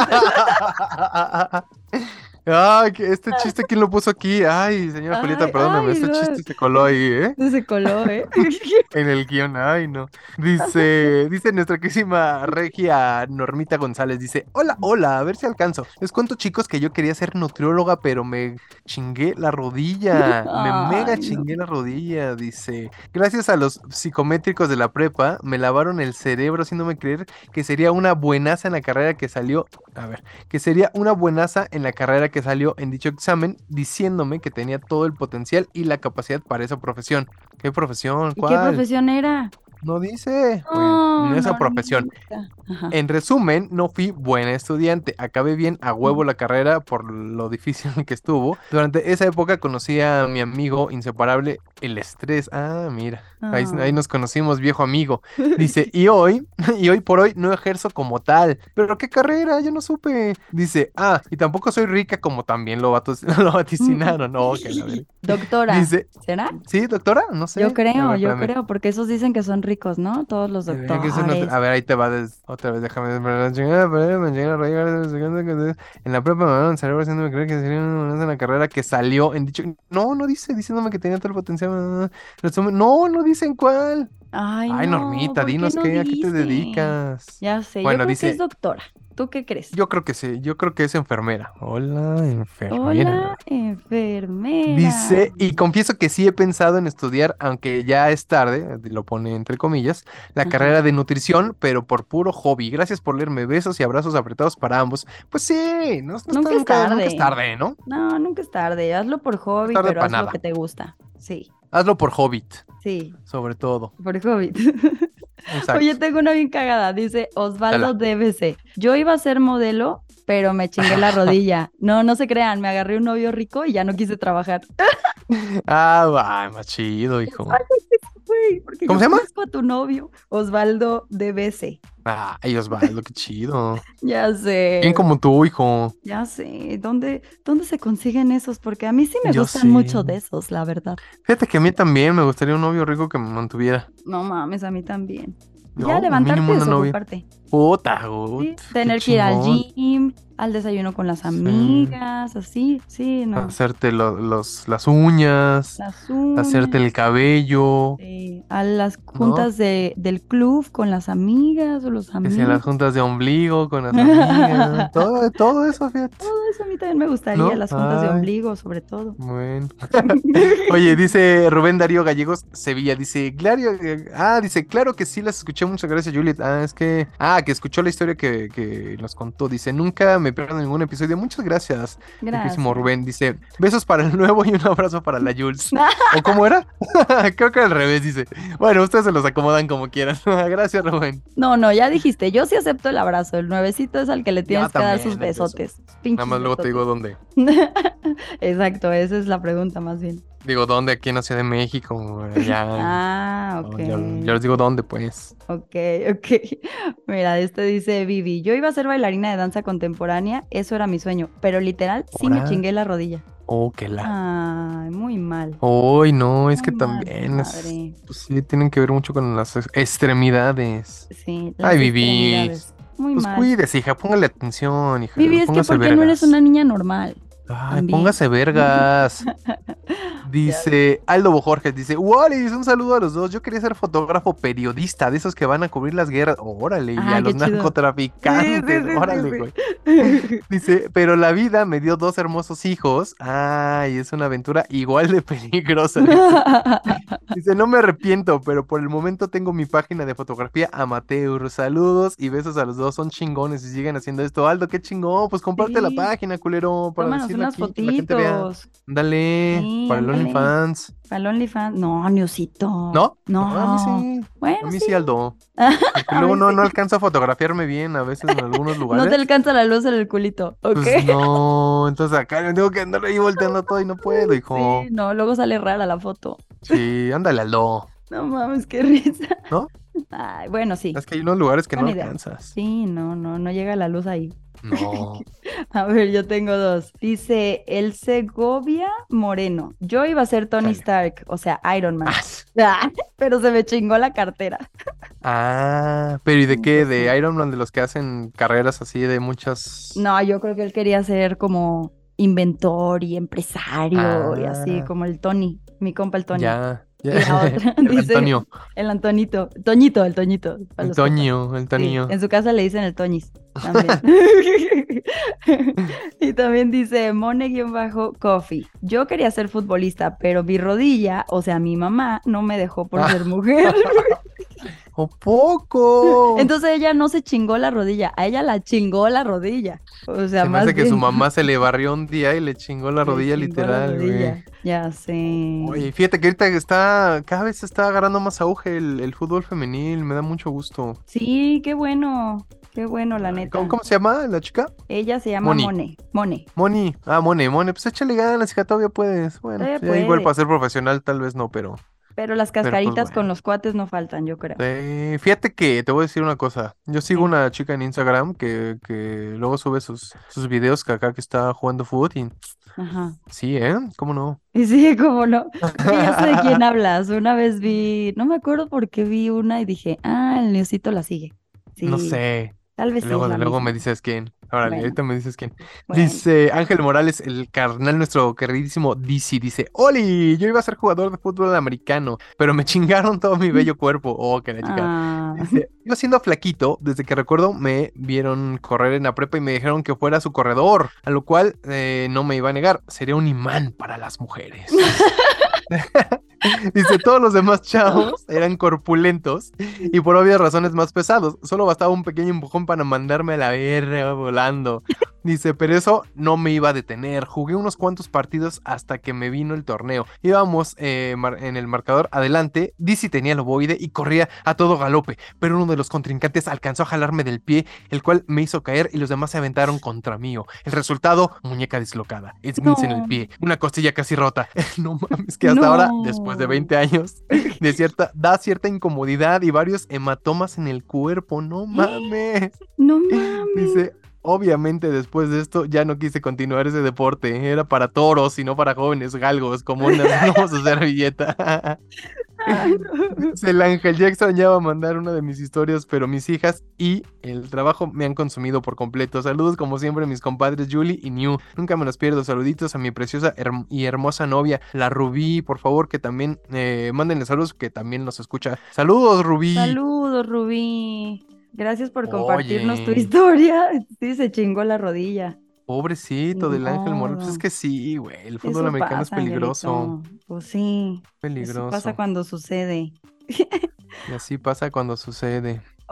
Ay, este chiste, ¿quién lo puso aquí? Ay, señora Julieta, Ay, perdóname, ay, este no. chiste se coló ahí, ¿eh? Se coló, ¿eh? En el guión, ay, no. Dice nuestra querísima Regia Normita González, dice, hola, hola, a ver si alcanzo. Les cuento, chicos, que yo quería ser nutrióloga, pero me chingué la rodilla, me mega Ay, no. chingué la rodilla, dice. Gracias a los psicométricos de la prepa, me lavaron el cerebro haciéndome creer que sería una buenaza en la carrera que salió, a ver, que sería una buenaza en la carrera que salió en dicho examen, diciéndome que tenía todo el potencial y la capacidad para esa profesión. ¿Qué profesión? ¿Y qué ¿Cuál? profesión era? No dice. Bueno, en No, esa profesión. Normita. Ajá. En resumen, no fui buena estudiante. Acabé bien a huevo la carrera por lo difícil que estuvo. Durante esa época conocí a mi amigo inseparable, el estrés. Ah, mira. Ahí Ah. nos conocimos, viejo amigo. Dice, y hoy, y hoy por hoy no ejerzo como tal. ¿Pero qué carrera? Yo no supe. Dice, y tampoco soy rica como también lo vaticinaron. No, que la verga. Doctora, Dice, ¿será? ¿sí, doctora? No sé. A ver, Yo espérame. creo, porque esos dicen que son ricos, ¿no? Todos los doctores. A ver, ahí te va otra vez, déjame ver la chingada, pero me llega a reír, en la prepa me dieron el cerebro haciéndome creer que sería una buena en la carrera que salió en dicho. No, no dice, diciéndome que tenía todo el potencial. No, no dicen cuál. Ay, Ay, no, Normita, ¿por qué dinos no qué, ¿a qué te dice? dedicas? Ya sé, yo Bueno, creo que es dice, doctora. ¿Tú qué crees? yo creo que sí, yo creo que es enfermera. Hola, Hola, enfermera. enfermera. Dice, y confieso que sí he pensado en estudiar, aunque ya es tarde, lo pone entre comillas, la Ajá. carrera de nutrición, pero por puro hobby. Gracias por leerme, besos y abrazos apretados para ambos. Pues sí, no está Nunca es nunca es tarde. tarde, ¿no? No, nunca es tarde. Hazlo por No es hobby, tarde pero para haz lo que nada. te gusta. Sí, Hazlo por Hobbit, sí, sobre todo. por hobby. Oye, Exacto. tengo una bien cagada. Dice Osvaldo Dala. DBC. Yo iba a ser modelo, pero me chingué la rodilla. No, no se crean, me agarré un novio rico y ya no quise trabajar. Más chido, hijo. Ay, güey, porque ¿Cómo yo se llama? conozco a tu novio, Osvaldo DBC. Ay, Osvaldo, qué chido. Ya Bien sé, como tú, hijo. ya sé. ¿Dónde se consiguen esos? Porque a mí sí me Yo gustan sí. mucho de esos, la verdad. Fíjate que a mí también me gustaría un novio rico que me mantuviera. No mames, a mí también. Ya ¿No? O levantarte mínimo y una novia. desocuparte. Puta, Sí, qué tener que ir al chingón. gym, al desayuno con las Sí. amigas, así, sí, no. Hacerte las uñas, Las hacerte uñas, el cabello, a las ¿no? juntas del club con las amigas o los Que sean las amigos. juntas de ombligo con las amigas. Todo eso, fíjate. Todo eso a mí también me gustaría, ¿No? las juntas de Ay, ombligo sobre todo. bueno. Oye, dice Rubén Darío Gallegos Sevilla, dice, claro que sí las escuché, muchas gracias, Juliet. Que escuchó la historia que nos contó. Dice, nunca me me pierdo ningún episodio. Muchas gracias, mi queridísimo Gracias. Rubén. Dice, besos para el nuevo y un abrazo para la Jules. ¿O cómo era? Creo que al revés, dice. Bueno, ustedes se los acomodan como quieran. Gracias, Rubén. No, ya dijiste, yo sí acepto el abrazo. El nuevecito es al que le Yo tienes que dar también, sus el beso. besotes. Nada Pinches más luego te digo besotes. dónde. Exacto, esa es la pregunta más bien. Digo, ¿dónde? Aquí en la Ciudad de México. Allá. Ah, ok. Yo les digo dónde, pues. Ok. Mira, dice Vivi, yo iba a ser bailarina de danza contemporánea, eso era mi sueño, pero literal sí me Ahora. chingué la rodilla. Oh, qué la. Ay, muy mal. Uy, no, es que Muy mal, también madre. pues sí, tienen que ver mucho con las extremidades. Sí, Ay, las Vivi. extremidades. Muy Pues mal. cuídese, hija, póngale atención, hija. Vivi, es que Póngase ¿por qué no eres vergas. una niña normal? Ay, También. póngase vergas. Ya Dice Aldo Bojorges, dice, Wallis, un saludo a los dos. Yo quería ser fotógrafo periodista, de esos que van a cubrir las guerras. Órale, y Ah, a qué los chido. narcotraficantes. Órale, güey. Dice, pero la vida me dio dos hermosos hijos. Ay, es una aventura igual de peligrosa. Dice, no me arrepiento, pero por el momento tengo mi página de fotografía amateur. Saludos y besos a los dos, son chingones y siguen haciendo esto. Aldo, qué chingón, pues comparte la Sí, página, culero, para tómanos decirle unas aquí, que la gente vea. fotitos. Dale, Sí, para el ándale. OnlyFans. Para el OnlyFans. No, Niosito. ¿No? No. A mí sí. Bueno, A mí sí. sí, Aldo. Porque A luego mí no sí. alcanzo a fotografiarme bien a veces en algunos No lugares. te alcanza la luz en el culito, ¿ok? Pues no, entonces acá me tengo que andar ahí volteando todo y no puedo, hijo. Sí, no, luego sale rara la foto. Sí, ándale, Aldo, No mames, qué risa. ¿no? Ay, bueno, sí. Es que hay unos lugares que no Buena idea. alcanzas. Sí, no llega la luz ahí. No. A ver, yo tengo dos. Dice el Segovia Moreno. Yo iba a ser Tony Chale. Stark, o sea, Iron Man. Pero se me chingó la cartera. Pero ¿y de qué? Pues ¿De sí. Iron Man, de los que hacen carreras así de muchas? No, yo creo que él quería ser como inventor y empresario y así, Ah, como el Tony, mi compa el Tony. ya. Y la otra El dice Antonio, el Antonito, Toñito, el Toñito, para el los compas. Toño, el Sí, Toño. en su casa le dicen el Toñis también. Y también dice Mone-Coffee. Yo quería ser futbolista, pero mi rodilla, o sea, mi mamá, no me dejó por ser mujer. ¡O poco! Entonces ella no se chingó la rodilla, a ella la chingó la rodilla. O sea, Se me más hace que su bien mamá se le barrió un día y le chingó la le rodilla chingó la literal, güey. rodilla. Ya sé. Oye, fíjate que ahorita cada vez está agarrando más auge el fútbol femenil, me da mucho gusto. Sí, qué bueno, la Ay, neta. ¿Cómo se llama la chica? Ella se llama Moni. Mone. Moni. Ah, Mone, pues échale ganas, hija, todavía puedes. Bueno, Todavía ya igual puede. para ser profesional tal vez no, pero Pero las pues cascaritas con bueno. los cuates no faltan, yo creo. Fíjate que te voy a decir una cosa. Yo sigo Sí. una chica en Instagram que luego sube sus videos que acá que está jugando fútbol y Ajá. sí, ¿Cómo no? Y sí, cómo no. Es que ya sé de quién hablas. Una vez vi, no me acuerdo por qué vi una y dije, el Niosito la sigue. No Sí, sé. tal vez sí es la Luego me misma. dices quién. Órale, Bueno, ahorita me dices quién. bueno. Dice Ángel Morales, el carnal, nuestro queridísimo DC, dice, Oli, yo iba a ser jugador de fútbol americano, pero me chingaron todo mi bello cuerpo. Oh, que la chica. Ah, Dice, yo siendo flaquito, desde que recuerdo, me vieron correr en la prepa y me dijeron que fuera su corredor, a lo cual no me iba a negar, sería un imán para las mujeres. Dice, todos los demás chavos eran corpulentos y por obvias razones más pesados. Solo bastaba un pequeño empujón para mandarme a la verga volando. Dice, pero eso no me iba a detener. Jugué unos cuantos partidos hasta que me vino el torneo. Íbamos en el marcador adelante. Dizzy tenía el ovoide y corría a todo galope. Pero uno de los contrincantes alcanzó a jalarme del pie, el cual me hizo caer y los demás se aventaron contra mí. El resultado, muñeca dislocada, esguince en el no, pie, una costilla casi rota. No mames, que hasta ahora, después de 20 años, da cierta incomodidad y varios hematomas en el cuerpo. No mames. no mames. Dice, obviamente después de esto ya no quise continuar ese deporte. Era para toros y no para jóvenes galgos, como una no su servilleta. Ay, no. Dice el Ángel, ya extrañaba mandar una de mis historias, pero mis hijas y el trabajo me han consumido por completo. Saludos como siempre mis compadres Julie y New. Nunca me los pierdo. Saluditos a mi preciosa y hermosa novia, la Rubí. Por favor, que también mándenle saludos, que también nos escucha. Saludos, Rubí. Saludos, Rubí. Gracias por compartirnos tu Oye, historia. Sí, se chingó la rodilla. pobrecito Ni del Ángel Morales. Pues es modo. que sí, güey. El fútbol Eso americano es pasa, peligroso. Angelito. Pues sí, eso pasa Peligroso. cuando sucede. Y así pasa cuando sucede.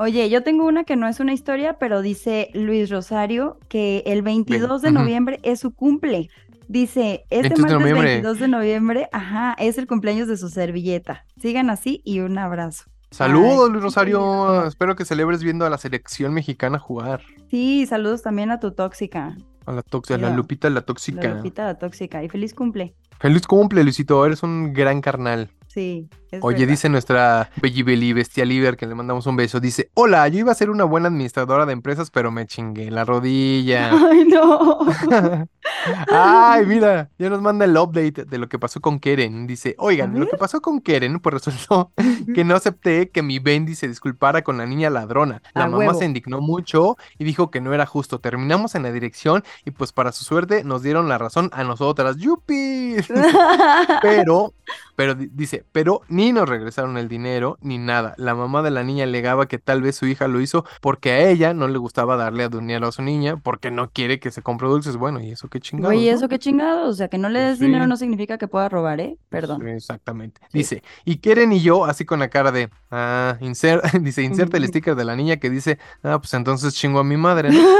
Oye, yo tengo una que no es una historia, pero dice Luis Rosario que el 22 de Ujú. noviembre es su cumple. Dice, este 22 de martes noviembre. 22 de noviembre, ajá, es el cumpleaños de su servilleta. Sigan así y un abrazo. Ay, Saludos, Luis qué Rosario. lindo. Espero que celebres viendo a la selección mexicana jugar. Sí, saludos también a tu tóxica. A la Yo, Lupita, la la tóxica. Lupita la tóxica. Y feliz cumple. Feliz cumple, Luisito. Eres un gran carnal. Sí, es Oye, verdad. dice nuestra Bellibeli, Bestia Liber, que le mandamos un beso. Dice, hola, yo iba a ser una buena administradora de empresas, pero me chingué la rodilla. Ay, no. Ay, mira, ya nos manda el update de lo que pasó con Keren. Dice, A oigan, lo que ver. pasó con Keren, pues resultó que no acepté que mi Bendy se disculpara con la niña ladrona. La A mamá se huevo. indignó mucho y dijo que no era justo. Terminamos en la dirección y pues para su suerte nos dieron la razón a nosotras. ¡Yupi! Dice, pero, dice, pero ni nos regresaron el dinero ni nada. La mamá de la niña alegaba que tal vez su hija lo hizo porque a ella no le gustaba darle a dinero a su niña porque no quiere que se compre dulces. Bueno, ¿y eso qué Güey, chingados, no? eso qué chingado. O sea, que no le Pues des dinero sí, no significa que pueda robar, ¿eh? pues Perdón. exactamente. Sí. Dice, y Keren y yo, así con la cara de, dice, inserta el sticker de la niña que dice, pues entonces chingo a mi madre, ¿no?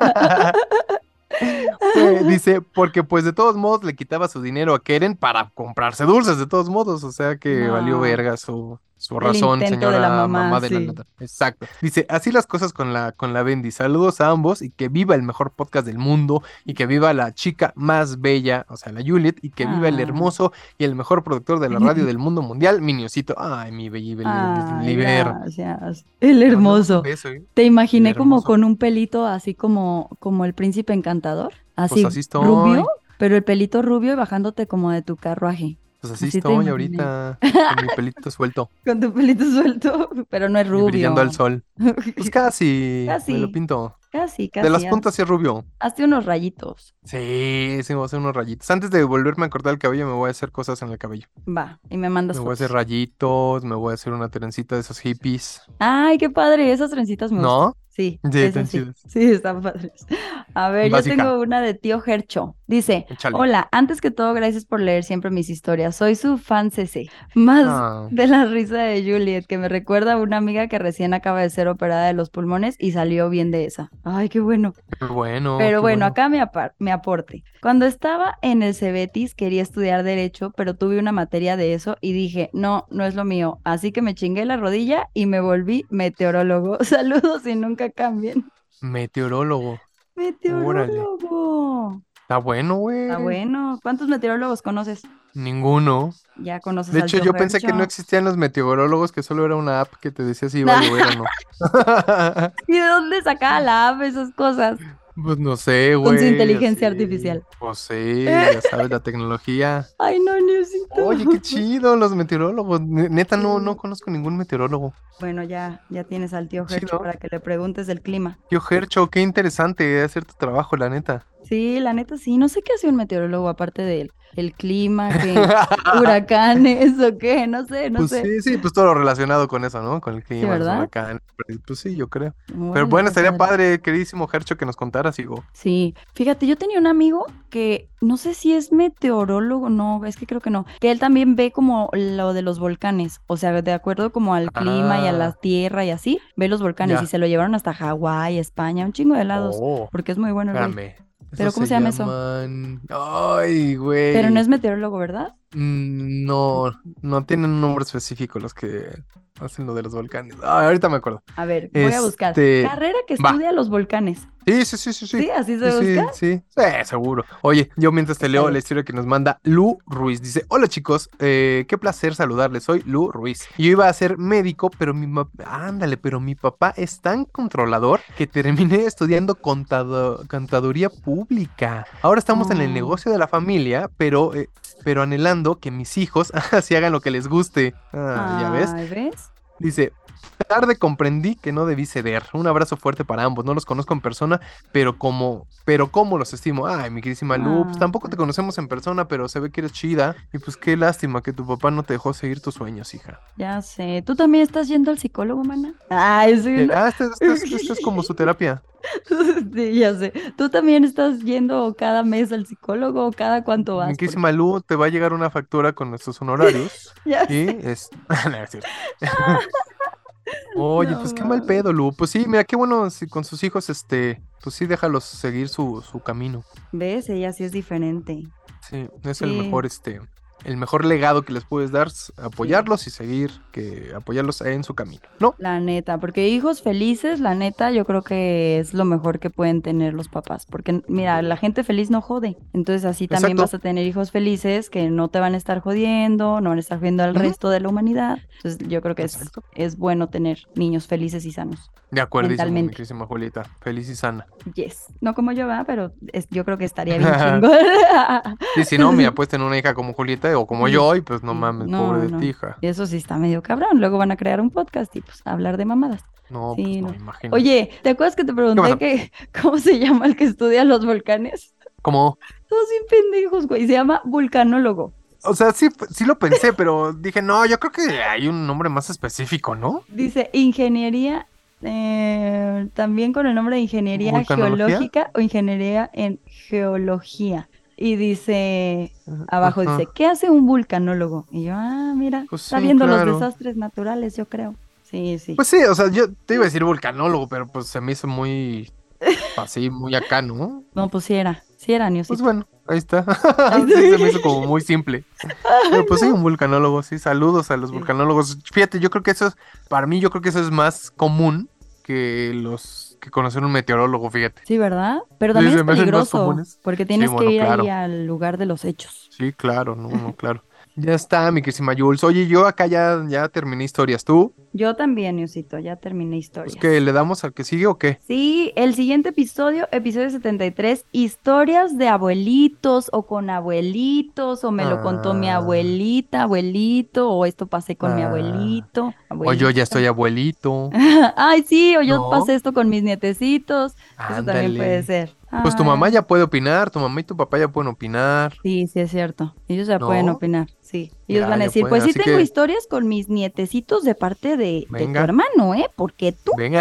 Pues, dice, porque pues de todos modos le quitaba su dinero a Keren para comprarse dulces, de todos modos, o sea que valió No, verga su el razón, intento de la señora mamá, mamá de la sí. nata. Exacto. Dice, así las cosas con la Bendy. Saludos a ambos y que viva el mejor podcast del mundo y que viva la chica más bella, o sea, la Juliet, y que viva el Ah. hermoso y el mejor productor de la radio del mundo mundial, Miniosito. Ay, mi Ay, Liber. gracias. El Le mandamos un hermoso. beso, ¿eh? Te El imaginé como hermoso. con un pelito así como el príncipe encantador, Pues así así rubio, estoy. pero el pelito rubio y bajándote como de tu carruaje. Pues así Así te estoy imaginé. ahorita, con mi pelito suelto Con tu pelito suelto, pero no es y brillando al rubio. sol. Pues casi, me lo Casi, pinto. casi, De las casi. puntas sí es rubio. Hazte unos rayitos. Sí, sí, me voy a hacer unos rayitos. Antes de volverme a cortar el cabello, me voy a hacer cosas en el cabello. Va, y me Me mandas voy a hacer fotos. rayitos, me voy a hacer una trencita de esos hippies. Ay, qué padre, esas trencitas me gustan. ¿No? Sí, Sí, esas están sí, chidas. sí, están padres. A ver, yo Básica, tengo una de tío Gercho. Dice, échale. hola, antes que todo, gracias por leer siempre mis historias. Soy su fan CC. Más Ah, de la risa de Juliet, que me recuerda a una amiga que recién acaba de ser operada de los pulmones y salió bien de esa. Ay, qué bueno. qué bueno, Pero qué bueno, bueno. acá me aporte. Cuando estaba en el Cebetis quería estudiar derecho, pero tuve una materia de eso y dije, no, no es lo mío. Así que me chingué la rodilla y me volví meteorólogo. Saludos y nunca cambien. Meteorólogo. Órale. Meteorólogo. Está bueno, güey. Está bueno. ¿Cuántos meteorólogos conoces? Ninguno. Ya conoces De al hecho, tío yo pensé que no Gercho. existían los meteorólogos, que solo era una app que te decía si iba a llover o no. ¿Y de dónde sacaba la app esas cosas? Pues no sé, Con su güey, inteligencia así. artificial. Pues sí, ya sabes, la tecnología. Ay, no, Niosito. Oye, qué chido, los meteorólogos. Neta, no Sí. conozco ningún meteorólogo. Bueno, ya tienes al tío Qué Gercho chido. para que le preguntes del clima. Tío Gercho, qué interesante hacer tu trabajo, la neta. Sí, la neta sí. No sé qué hace un meteorólogo aparte del el clima, que huracanes o qué, no sé, no Pues sé. sí, pues todo lo relacionado con eso, ¿no? Con el Sí, clima, los ¿verdad? huracanes. Pues sí, yo creo. Pero Órale, bueno, qué estaría padre. padre, queridísimo Gercho, que nos contaras, Higo. Sí, fíjate, yo tenía un amigo que no sé si es meteorólogo, no, es que creo que no, que él también ve como lo de los volcanes, o sea, de acuerdo como al clima y a la Ah, tierra y así, ve los volcanes y ya. se lo llevaron hasta Hawái, España, un chingo de lados, Oh, porque es muy bueno el güey. espérame. Pero Esos ¿cómo se se llama eso? llaman. Ay, Pero no es güey. meteorólogo, ¿verdad? No, no tienen un nombre específico los que hacen lo de los volcanes. Ahorita me acuerdo. A ver, voy a buscar. Carrera que Va. estudia los volcanes. Sí, sí, sí, sí, sí. ¿Sí? ¿Así Sí, se busca? sí, sí. Sí, seguro. Oye, yo mientras te leo la Échale. historia que nos manda Lu Ruiz. Dice, hola chicos, qué placer saludarles. Soy Lu Ruiz. Yo iba a ser médico, pero pero mi papá es tan controlador que terminé estudiando contaduría pública. Ahora estamos en el Oh. negocio de la familia, pero anhelando que mis hijos así hagan lo que les guste. ¿Ya ves? Ay, ¿ves? Dice, tarde comprendí que no debí ceder. Un abrazo fuerte para ambos. No los conozco en persona, pero como los estimo. Ay, mi queridísima Lu, pues Ah, tampoco te pues. conocemos en persona, pero se ve que eres chida. Y pues qué lástima que tu papá no te dejó seguir tus sueños, hija. Ya sé. ¿Tú también estás yendo al psicólogo, mana? Ay, sí, ¿no? Esta es como su terapia. Sí, ya sé. ¿Tú también estás yendo cada mes al psicólogo o cada cuánto Mi vas? queridísima Lu, te va a llegar una factura con nuestros honorarios. Ya Y sé. es... No, es cierto. Oye, No pues qué mal mames. pedo, Lu. Pues sí, mira, qué bueno si con sus hijos, pues sí, déjalos seguir su camino. ¿Ves? Ella sí es diferente. Sí, es Sí, el mejor legado que les puedes dar, sí. apoyarlos y seguir, que apoyarlos en su camino, ¿no? La neta, porque hijos felices, la neta, yo creo que es lo mejor que pueden tener los papás, porque mira, la gente feliz no jode, entonces así también Exacto. vas a tener hijos felices que no te van a estar jodiendo, no van a estar jodiendo al Ujú, resto de la humanidad, entonces yo creo que exacto. es bueno tener niños felices y sanos De acuerdísimo, mi mentalmente. querísima Julieta. Feliz y sana. Yes, no como yo, ¿verdad? Pero yo creo que estaría bien chingo. Y si no, mira, puedes tener una hija como Julieta o como Sí, yo, y pues no sí, mames, pobre no, de ti, no. hija. Eso sí está medio cabrón. Luego van a crear un podcast y pues hablar de mamadas. No, pues Sí, no, no. imagínate. Oye, ¿te acuerdas que te ¿Qué pregunté pasa? que cómo se llama el que estudia los volcanes? Como, Todos bien pendejos, güey. Se llama vulcanólogo. o sea, sí, sí lo pensé, pero dije, no, yo creo que hay un nombre más específico, ¿no? Dice ingeniería, también con el nombre de ingeniería ¿Vulcanología? geológica o ingeniería en geología. Y dice, abajo dice, Ajá. ¿qué hace un vulcanólogo? Y yo, mira, Pues está sí, viendo los claro. desastres naturales, yo creo. Sí, sí. Pues sí, o sea, yo te iba a decir vulcanólogo, pero pues se me hizo muy así, muy acá, ¿no? No, pues sí era, Pues Niosito. bueno, ahí está. Ahí Sí, se me hizo está. como muy simple. Ay, Pero pues sí, no. un vulcanólogo, sí, saludos a los Sí. vulcanólogos. Fíjate, yo creo que eso es, para mí, yo creo que eso es más común que conocer un meteorólogo, fíjate. Sí, ¿verdad? Pero Sí, también es se me hacen más peligroso, comunes. porque Sí, tienes que bueno, ir ahí claro. al lugar de los hechos. Sí, claro, no, no, claro. Ya está, mi querísima Jules. Oye, yo acá ya terminé historias. ¿Tú? Yo también, Niosito, ya terminé Pues que historias. le damos al que sigue o qué? Sí, el siguiente episodio, episodio 73, historias de abuelitos o con abuelitos, o me lo contó mi Ah, abuelita, abuelito, o esto pasé con mi ah. abuelito, O yo ya abuelita. estoy abuelito. Ay, sí, o yo pasé ¿No? esto con mis nietecitos. Eso también puede Ándale. ser. Pues tu Ay, mamá ya puede opinar, tu mamá y tu papá ya pueden opinar, sí, sí es cierto. Ellos ya pueden ¿no? opinar, sí. Ellos Ya, van a ya decir, pueden. pues sí Así tengo que, historias con mis nietecitos de parte de tu venga, hermano, ¿eh? Porque tú, venga.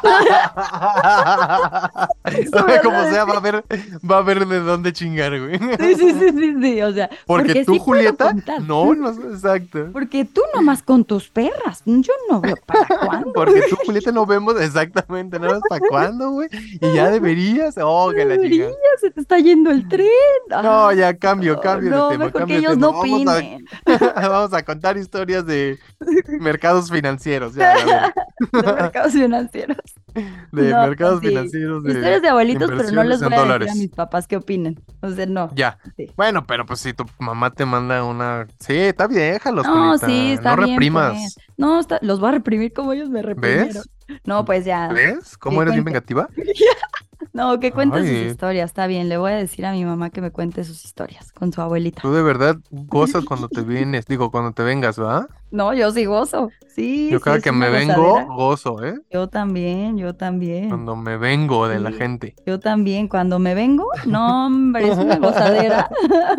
eso me vas a Como sea, decir. va a ver de dónde chingar, güey. Sí, sí, sí, sí, sí. O sea, Porque porque tú, sí puedo Julieta, contar. no, no, exacto. Porque tú nomás con tus perras. Yo no veo para cuándo. Porque tú, Julieta, no vemos exactamente nada más para cuándo, güey. Y ya deberías. Oh, que la Debería, chingada. se te está yendo el tren. No, Ah, ya no, cambio de no, tema, mejor que cambio de ellos tema. no opinen. Vamos a contar historias de mercados financieros, ya, a ver. De mercados financieros. De No, mercados sí. financieros Historias de de abuelitos, pero no inversiones les en voy a decir a dólares. mis papás qué opinen. O sea, no. Ya. Sí. Bueno, pero pues si tu mamá te manda una. Sí, está bien, déjalos, No, sí, Julieta. está No bien, pues. reprimas. No, los voy a reprimir como ellos me reprimieron. ¿Ves? No, pues ya, ¿Ves? ¿Cómo que eres bien cuente. vengativa? No, que cuente sus Ay, historias, está bien. Le voy a decir a mi mamá que me cuente sus historias con su abuelita. tú de verdad gozas cuando te vienes, digo, cuando te vengas, ¿va? No, yo sí gozo. Sí, Yo sí, cada es que una me vengo, gozadera. gozo, ¿eh? Yo también, yo también. Cuando me vengo de la Sí, gente. yo también. Cuando me vengo, no, hombre, es una gozadera.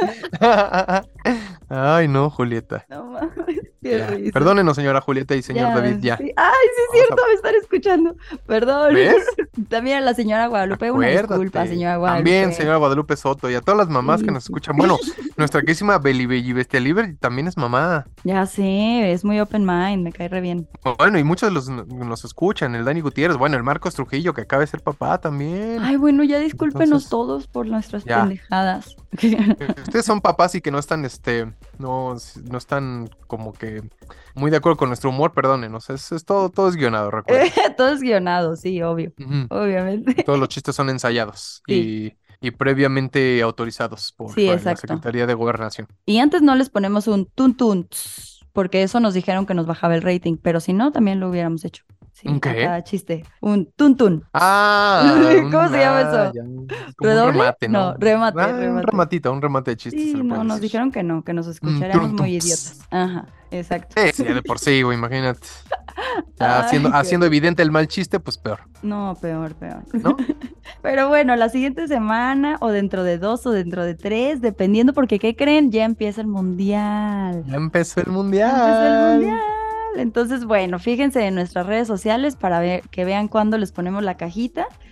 Ay, no, Julieta. No mames, qué Ya. risa. Perdónenos, señora Julieta y señor Ya, David, ya. sí. Ay, sí es Vamos a. cierto, me están escuchando. Perdón. ¿Ves? También a la señora Guadalupe, una disculpa, Acuérdate. señora También, Guadalupe. señora Guadalupe Soto, y a todas las mamás que Sí, nos sí. escuchan. Bueno, nuestra querísima Beli Belli Bestia Libre también es mamá. Ya sé, es muy open mind, me cae re bien. Bueno, y muchos nos escuchan. El Dani Gutiérrez, bueno, el Marcos Trujillo, que acaba de ser papá también. Ay, bueno, ya discúlpenos Entonces, todos por nuestras ya. pendejadas. Ustedes son papás y que no están, no están como que muy de acuerdo con nuestro humor, perdónenos. Es todo es guionado, recuerden. Todo es guionado, sí, obvio. Ujú. Obviamente. Todos los chistes son ensayados Sí, y previamente autorizados sí, por la exacto. Secretaría de Gobernación. Y antes no les ponemos un tun tun, tss, porque eso nos dijeron que nos bajaba el rating, pero si no, también lo hubiéramos hecho. Sí, ¿Un a qué? cada chiste. Un tun tun. ¿Cómo se llama eso? Ya, es como un ¿Redoble? remate, No, ¿no? remate, Un remate. rematito, un remate de chistes se Sí, le puede no, nos decir. dijeron que nos escucharíamos Tum, tum, muy ps. idiotas. Ajá, exacto. Sí, ya de por sí, güey, imagínate. Ya Ay, qué haciendo risa. evidente el mal chiste, pues peor, No, peor, peor. ¿no? Pero bueno, la siguiente semana o dentro de 2 o dentro de 3, dependiendo, porque ¿qué creen? Ya empieza el mundial. Ya empezó el Ya empezó el mundial. mundial. Entonces, bueno, fíjense en nuestras redes sociales para ver que vean cuándo les ponemos la cajita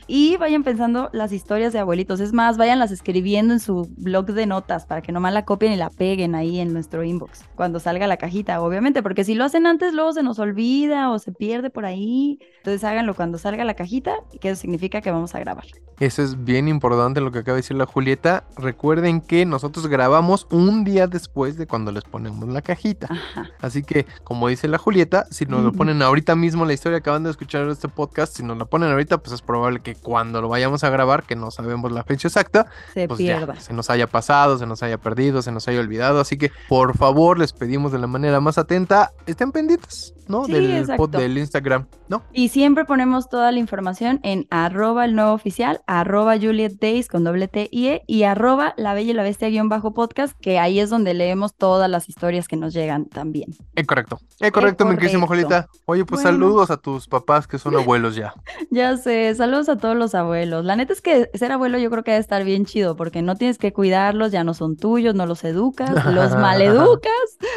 y vayan pensando las historias de abuelitos. Es más, váyanlas escribiendo en su blog de notas para que nomás la copien y la peguen ahí en nuestro inbox cuando salga la cajita, obviamente, porque si lo hacen antes luego se nos olvida o se pierde por ahí. Entonces háganlo cuando salga la cajita, que eso significa que vamos a grabar. Eso es bien importante lo que acaba de decir la Julieta. Recuerden que nosotros grabamos un día después de cuando les ponemos la cajita. Ajá. Así que, como dice la Julieta, si nos lo ponen ahorita mismo la historia, acaban de escuchar este podcast, si nos la ponen ahorita, pues es probable que cuando lo vayamos a grabar, que no sabemos la fecha exacta, Se pues pierda. ya se nos haya pasado, se nos haya perdido, se nos haya olvidado. Así que, por favor, les pedimos de la manera más atenta, estén pendientes, ¿no? Sí, Del exacto. Instagram, ¿no? Y siempre ponemos toda la información en @elnuevooficial, @JulietDays con doble T y E, y @La Bella y la Bestia _podcast, que ahí es donde leemos todas las historias que nos llegan también. Correcto. Correcto, mi querísima correcto. Julieta. Oye, pues Bueno. saludos a tus papás que son abuelos ya. Ya sé, saludos a todos los abuelos. La neta es que ser abuelo yo creo que debe estar bien chido, porque no tienes que cuidarlos, ya no son tuyos, no los educas, los maleducas.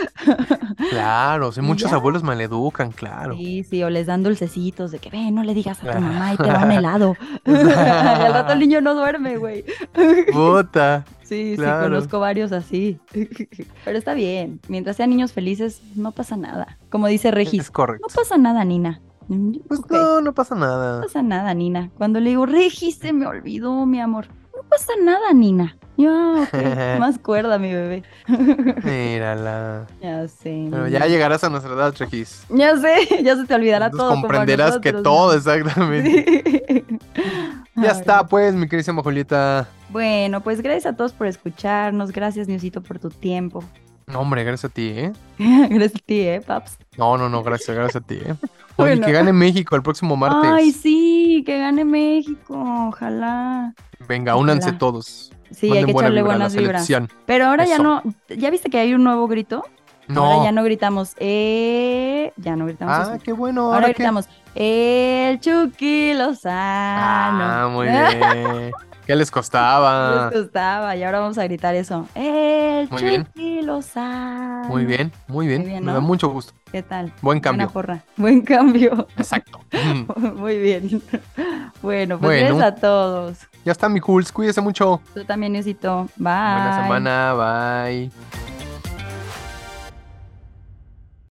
Claro, sí, Y muchos ya. abuelos maleducan, claro. Sí, o les dan dulcecitos de que ve, no le digas a tu mamá y te da un helado. Y al rato el niño no duerme, güey. Puta. Sí, Claro. conozco varios así. Pero está bien. Mientras sean niños felices, no pasa nada. Como dice Regis, Es correcto. no pasa nada, Nina. Pues Ok, no pasa no nada. pasa nada, Nina. Cuando le digo, Regis, se me olvidó, mi amor. No pasa nada, Nina. Ya, ok. Más cuerda, mi bebé. Mírala. Ya sé. Pero Nina. ya llegarás a nuestra edad, Regis. Ya sé, ya se te olvidará Entonces todo. como a comprenderás que nosotros, todo, ¿no? exactamente. Sí. Ya Ay. está, pues, mi queridísima Julieta. Bueno, pues gracias a todos por escucharnos. Gracias, Niosito, por tu tiempo. No, hombre, gracias a ti, ¿eh? Gracias a ti, Paps. No, gracias a ti, ¿eh? Oye, Bueno. que gane México el próximo martes. Ay, sí, que gane México. Ojalá. Venga, únanse Ojalá. todos. Sí, hay Manden que buena echarle vibra a la buenas vibras. selección. Pero ahora ya Eso. no. ¿Ya viste que hay un nuevo grito? No. Ahora ya no gritamos. Ya no gritamos Ah, eso. qué bueno. Ahora qué? gritamos. El Chucky Lozano. Ah, muy bien. ¿Qué les costaba? Les gustaba. Y ahora vamos a gritar eso. El Muy bien. Chucky Lozano. Muy bien, muy bien. Muy bien, Me ¿no? da mucho gusto. ¿Qué tal? Buen Buena cambio. porra. Buen cambio. Exacto. Muy bien. Bueno, pues Bueno. gracias a todos. Ya está, mi cools. Cuídese mucho. Tú también, Niosito. Bye. Buena semana. Bye.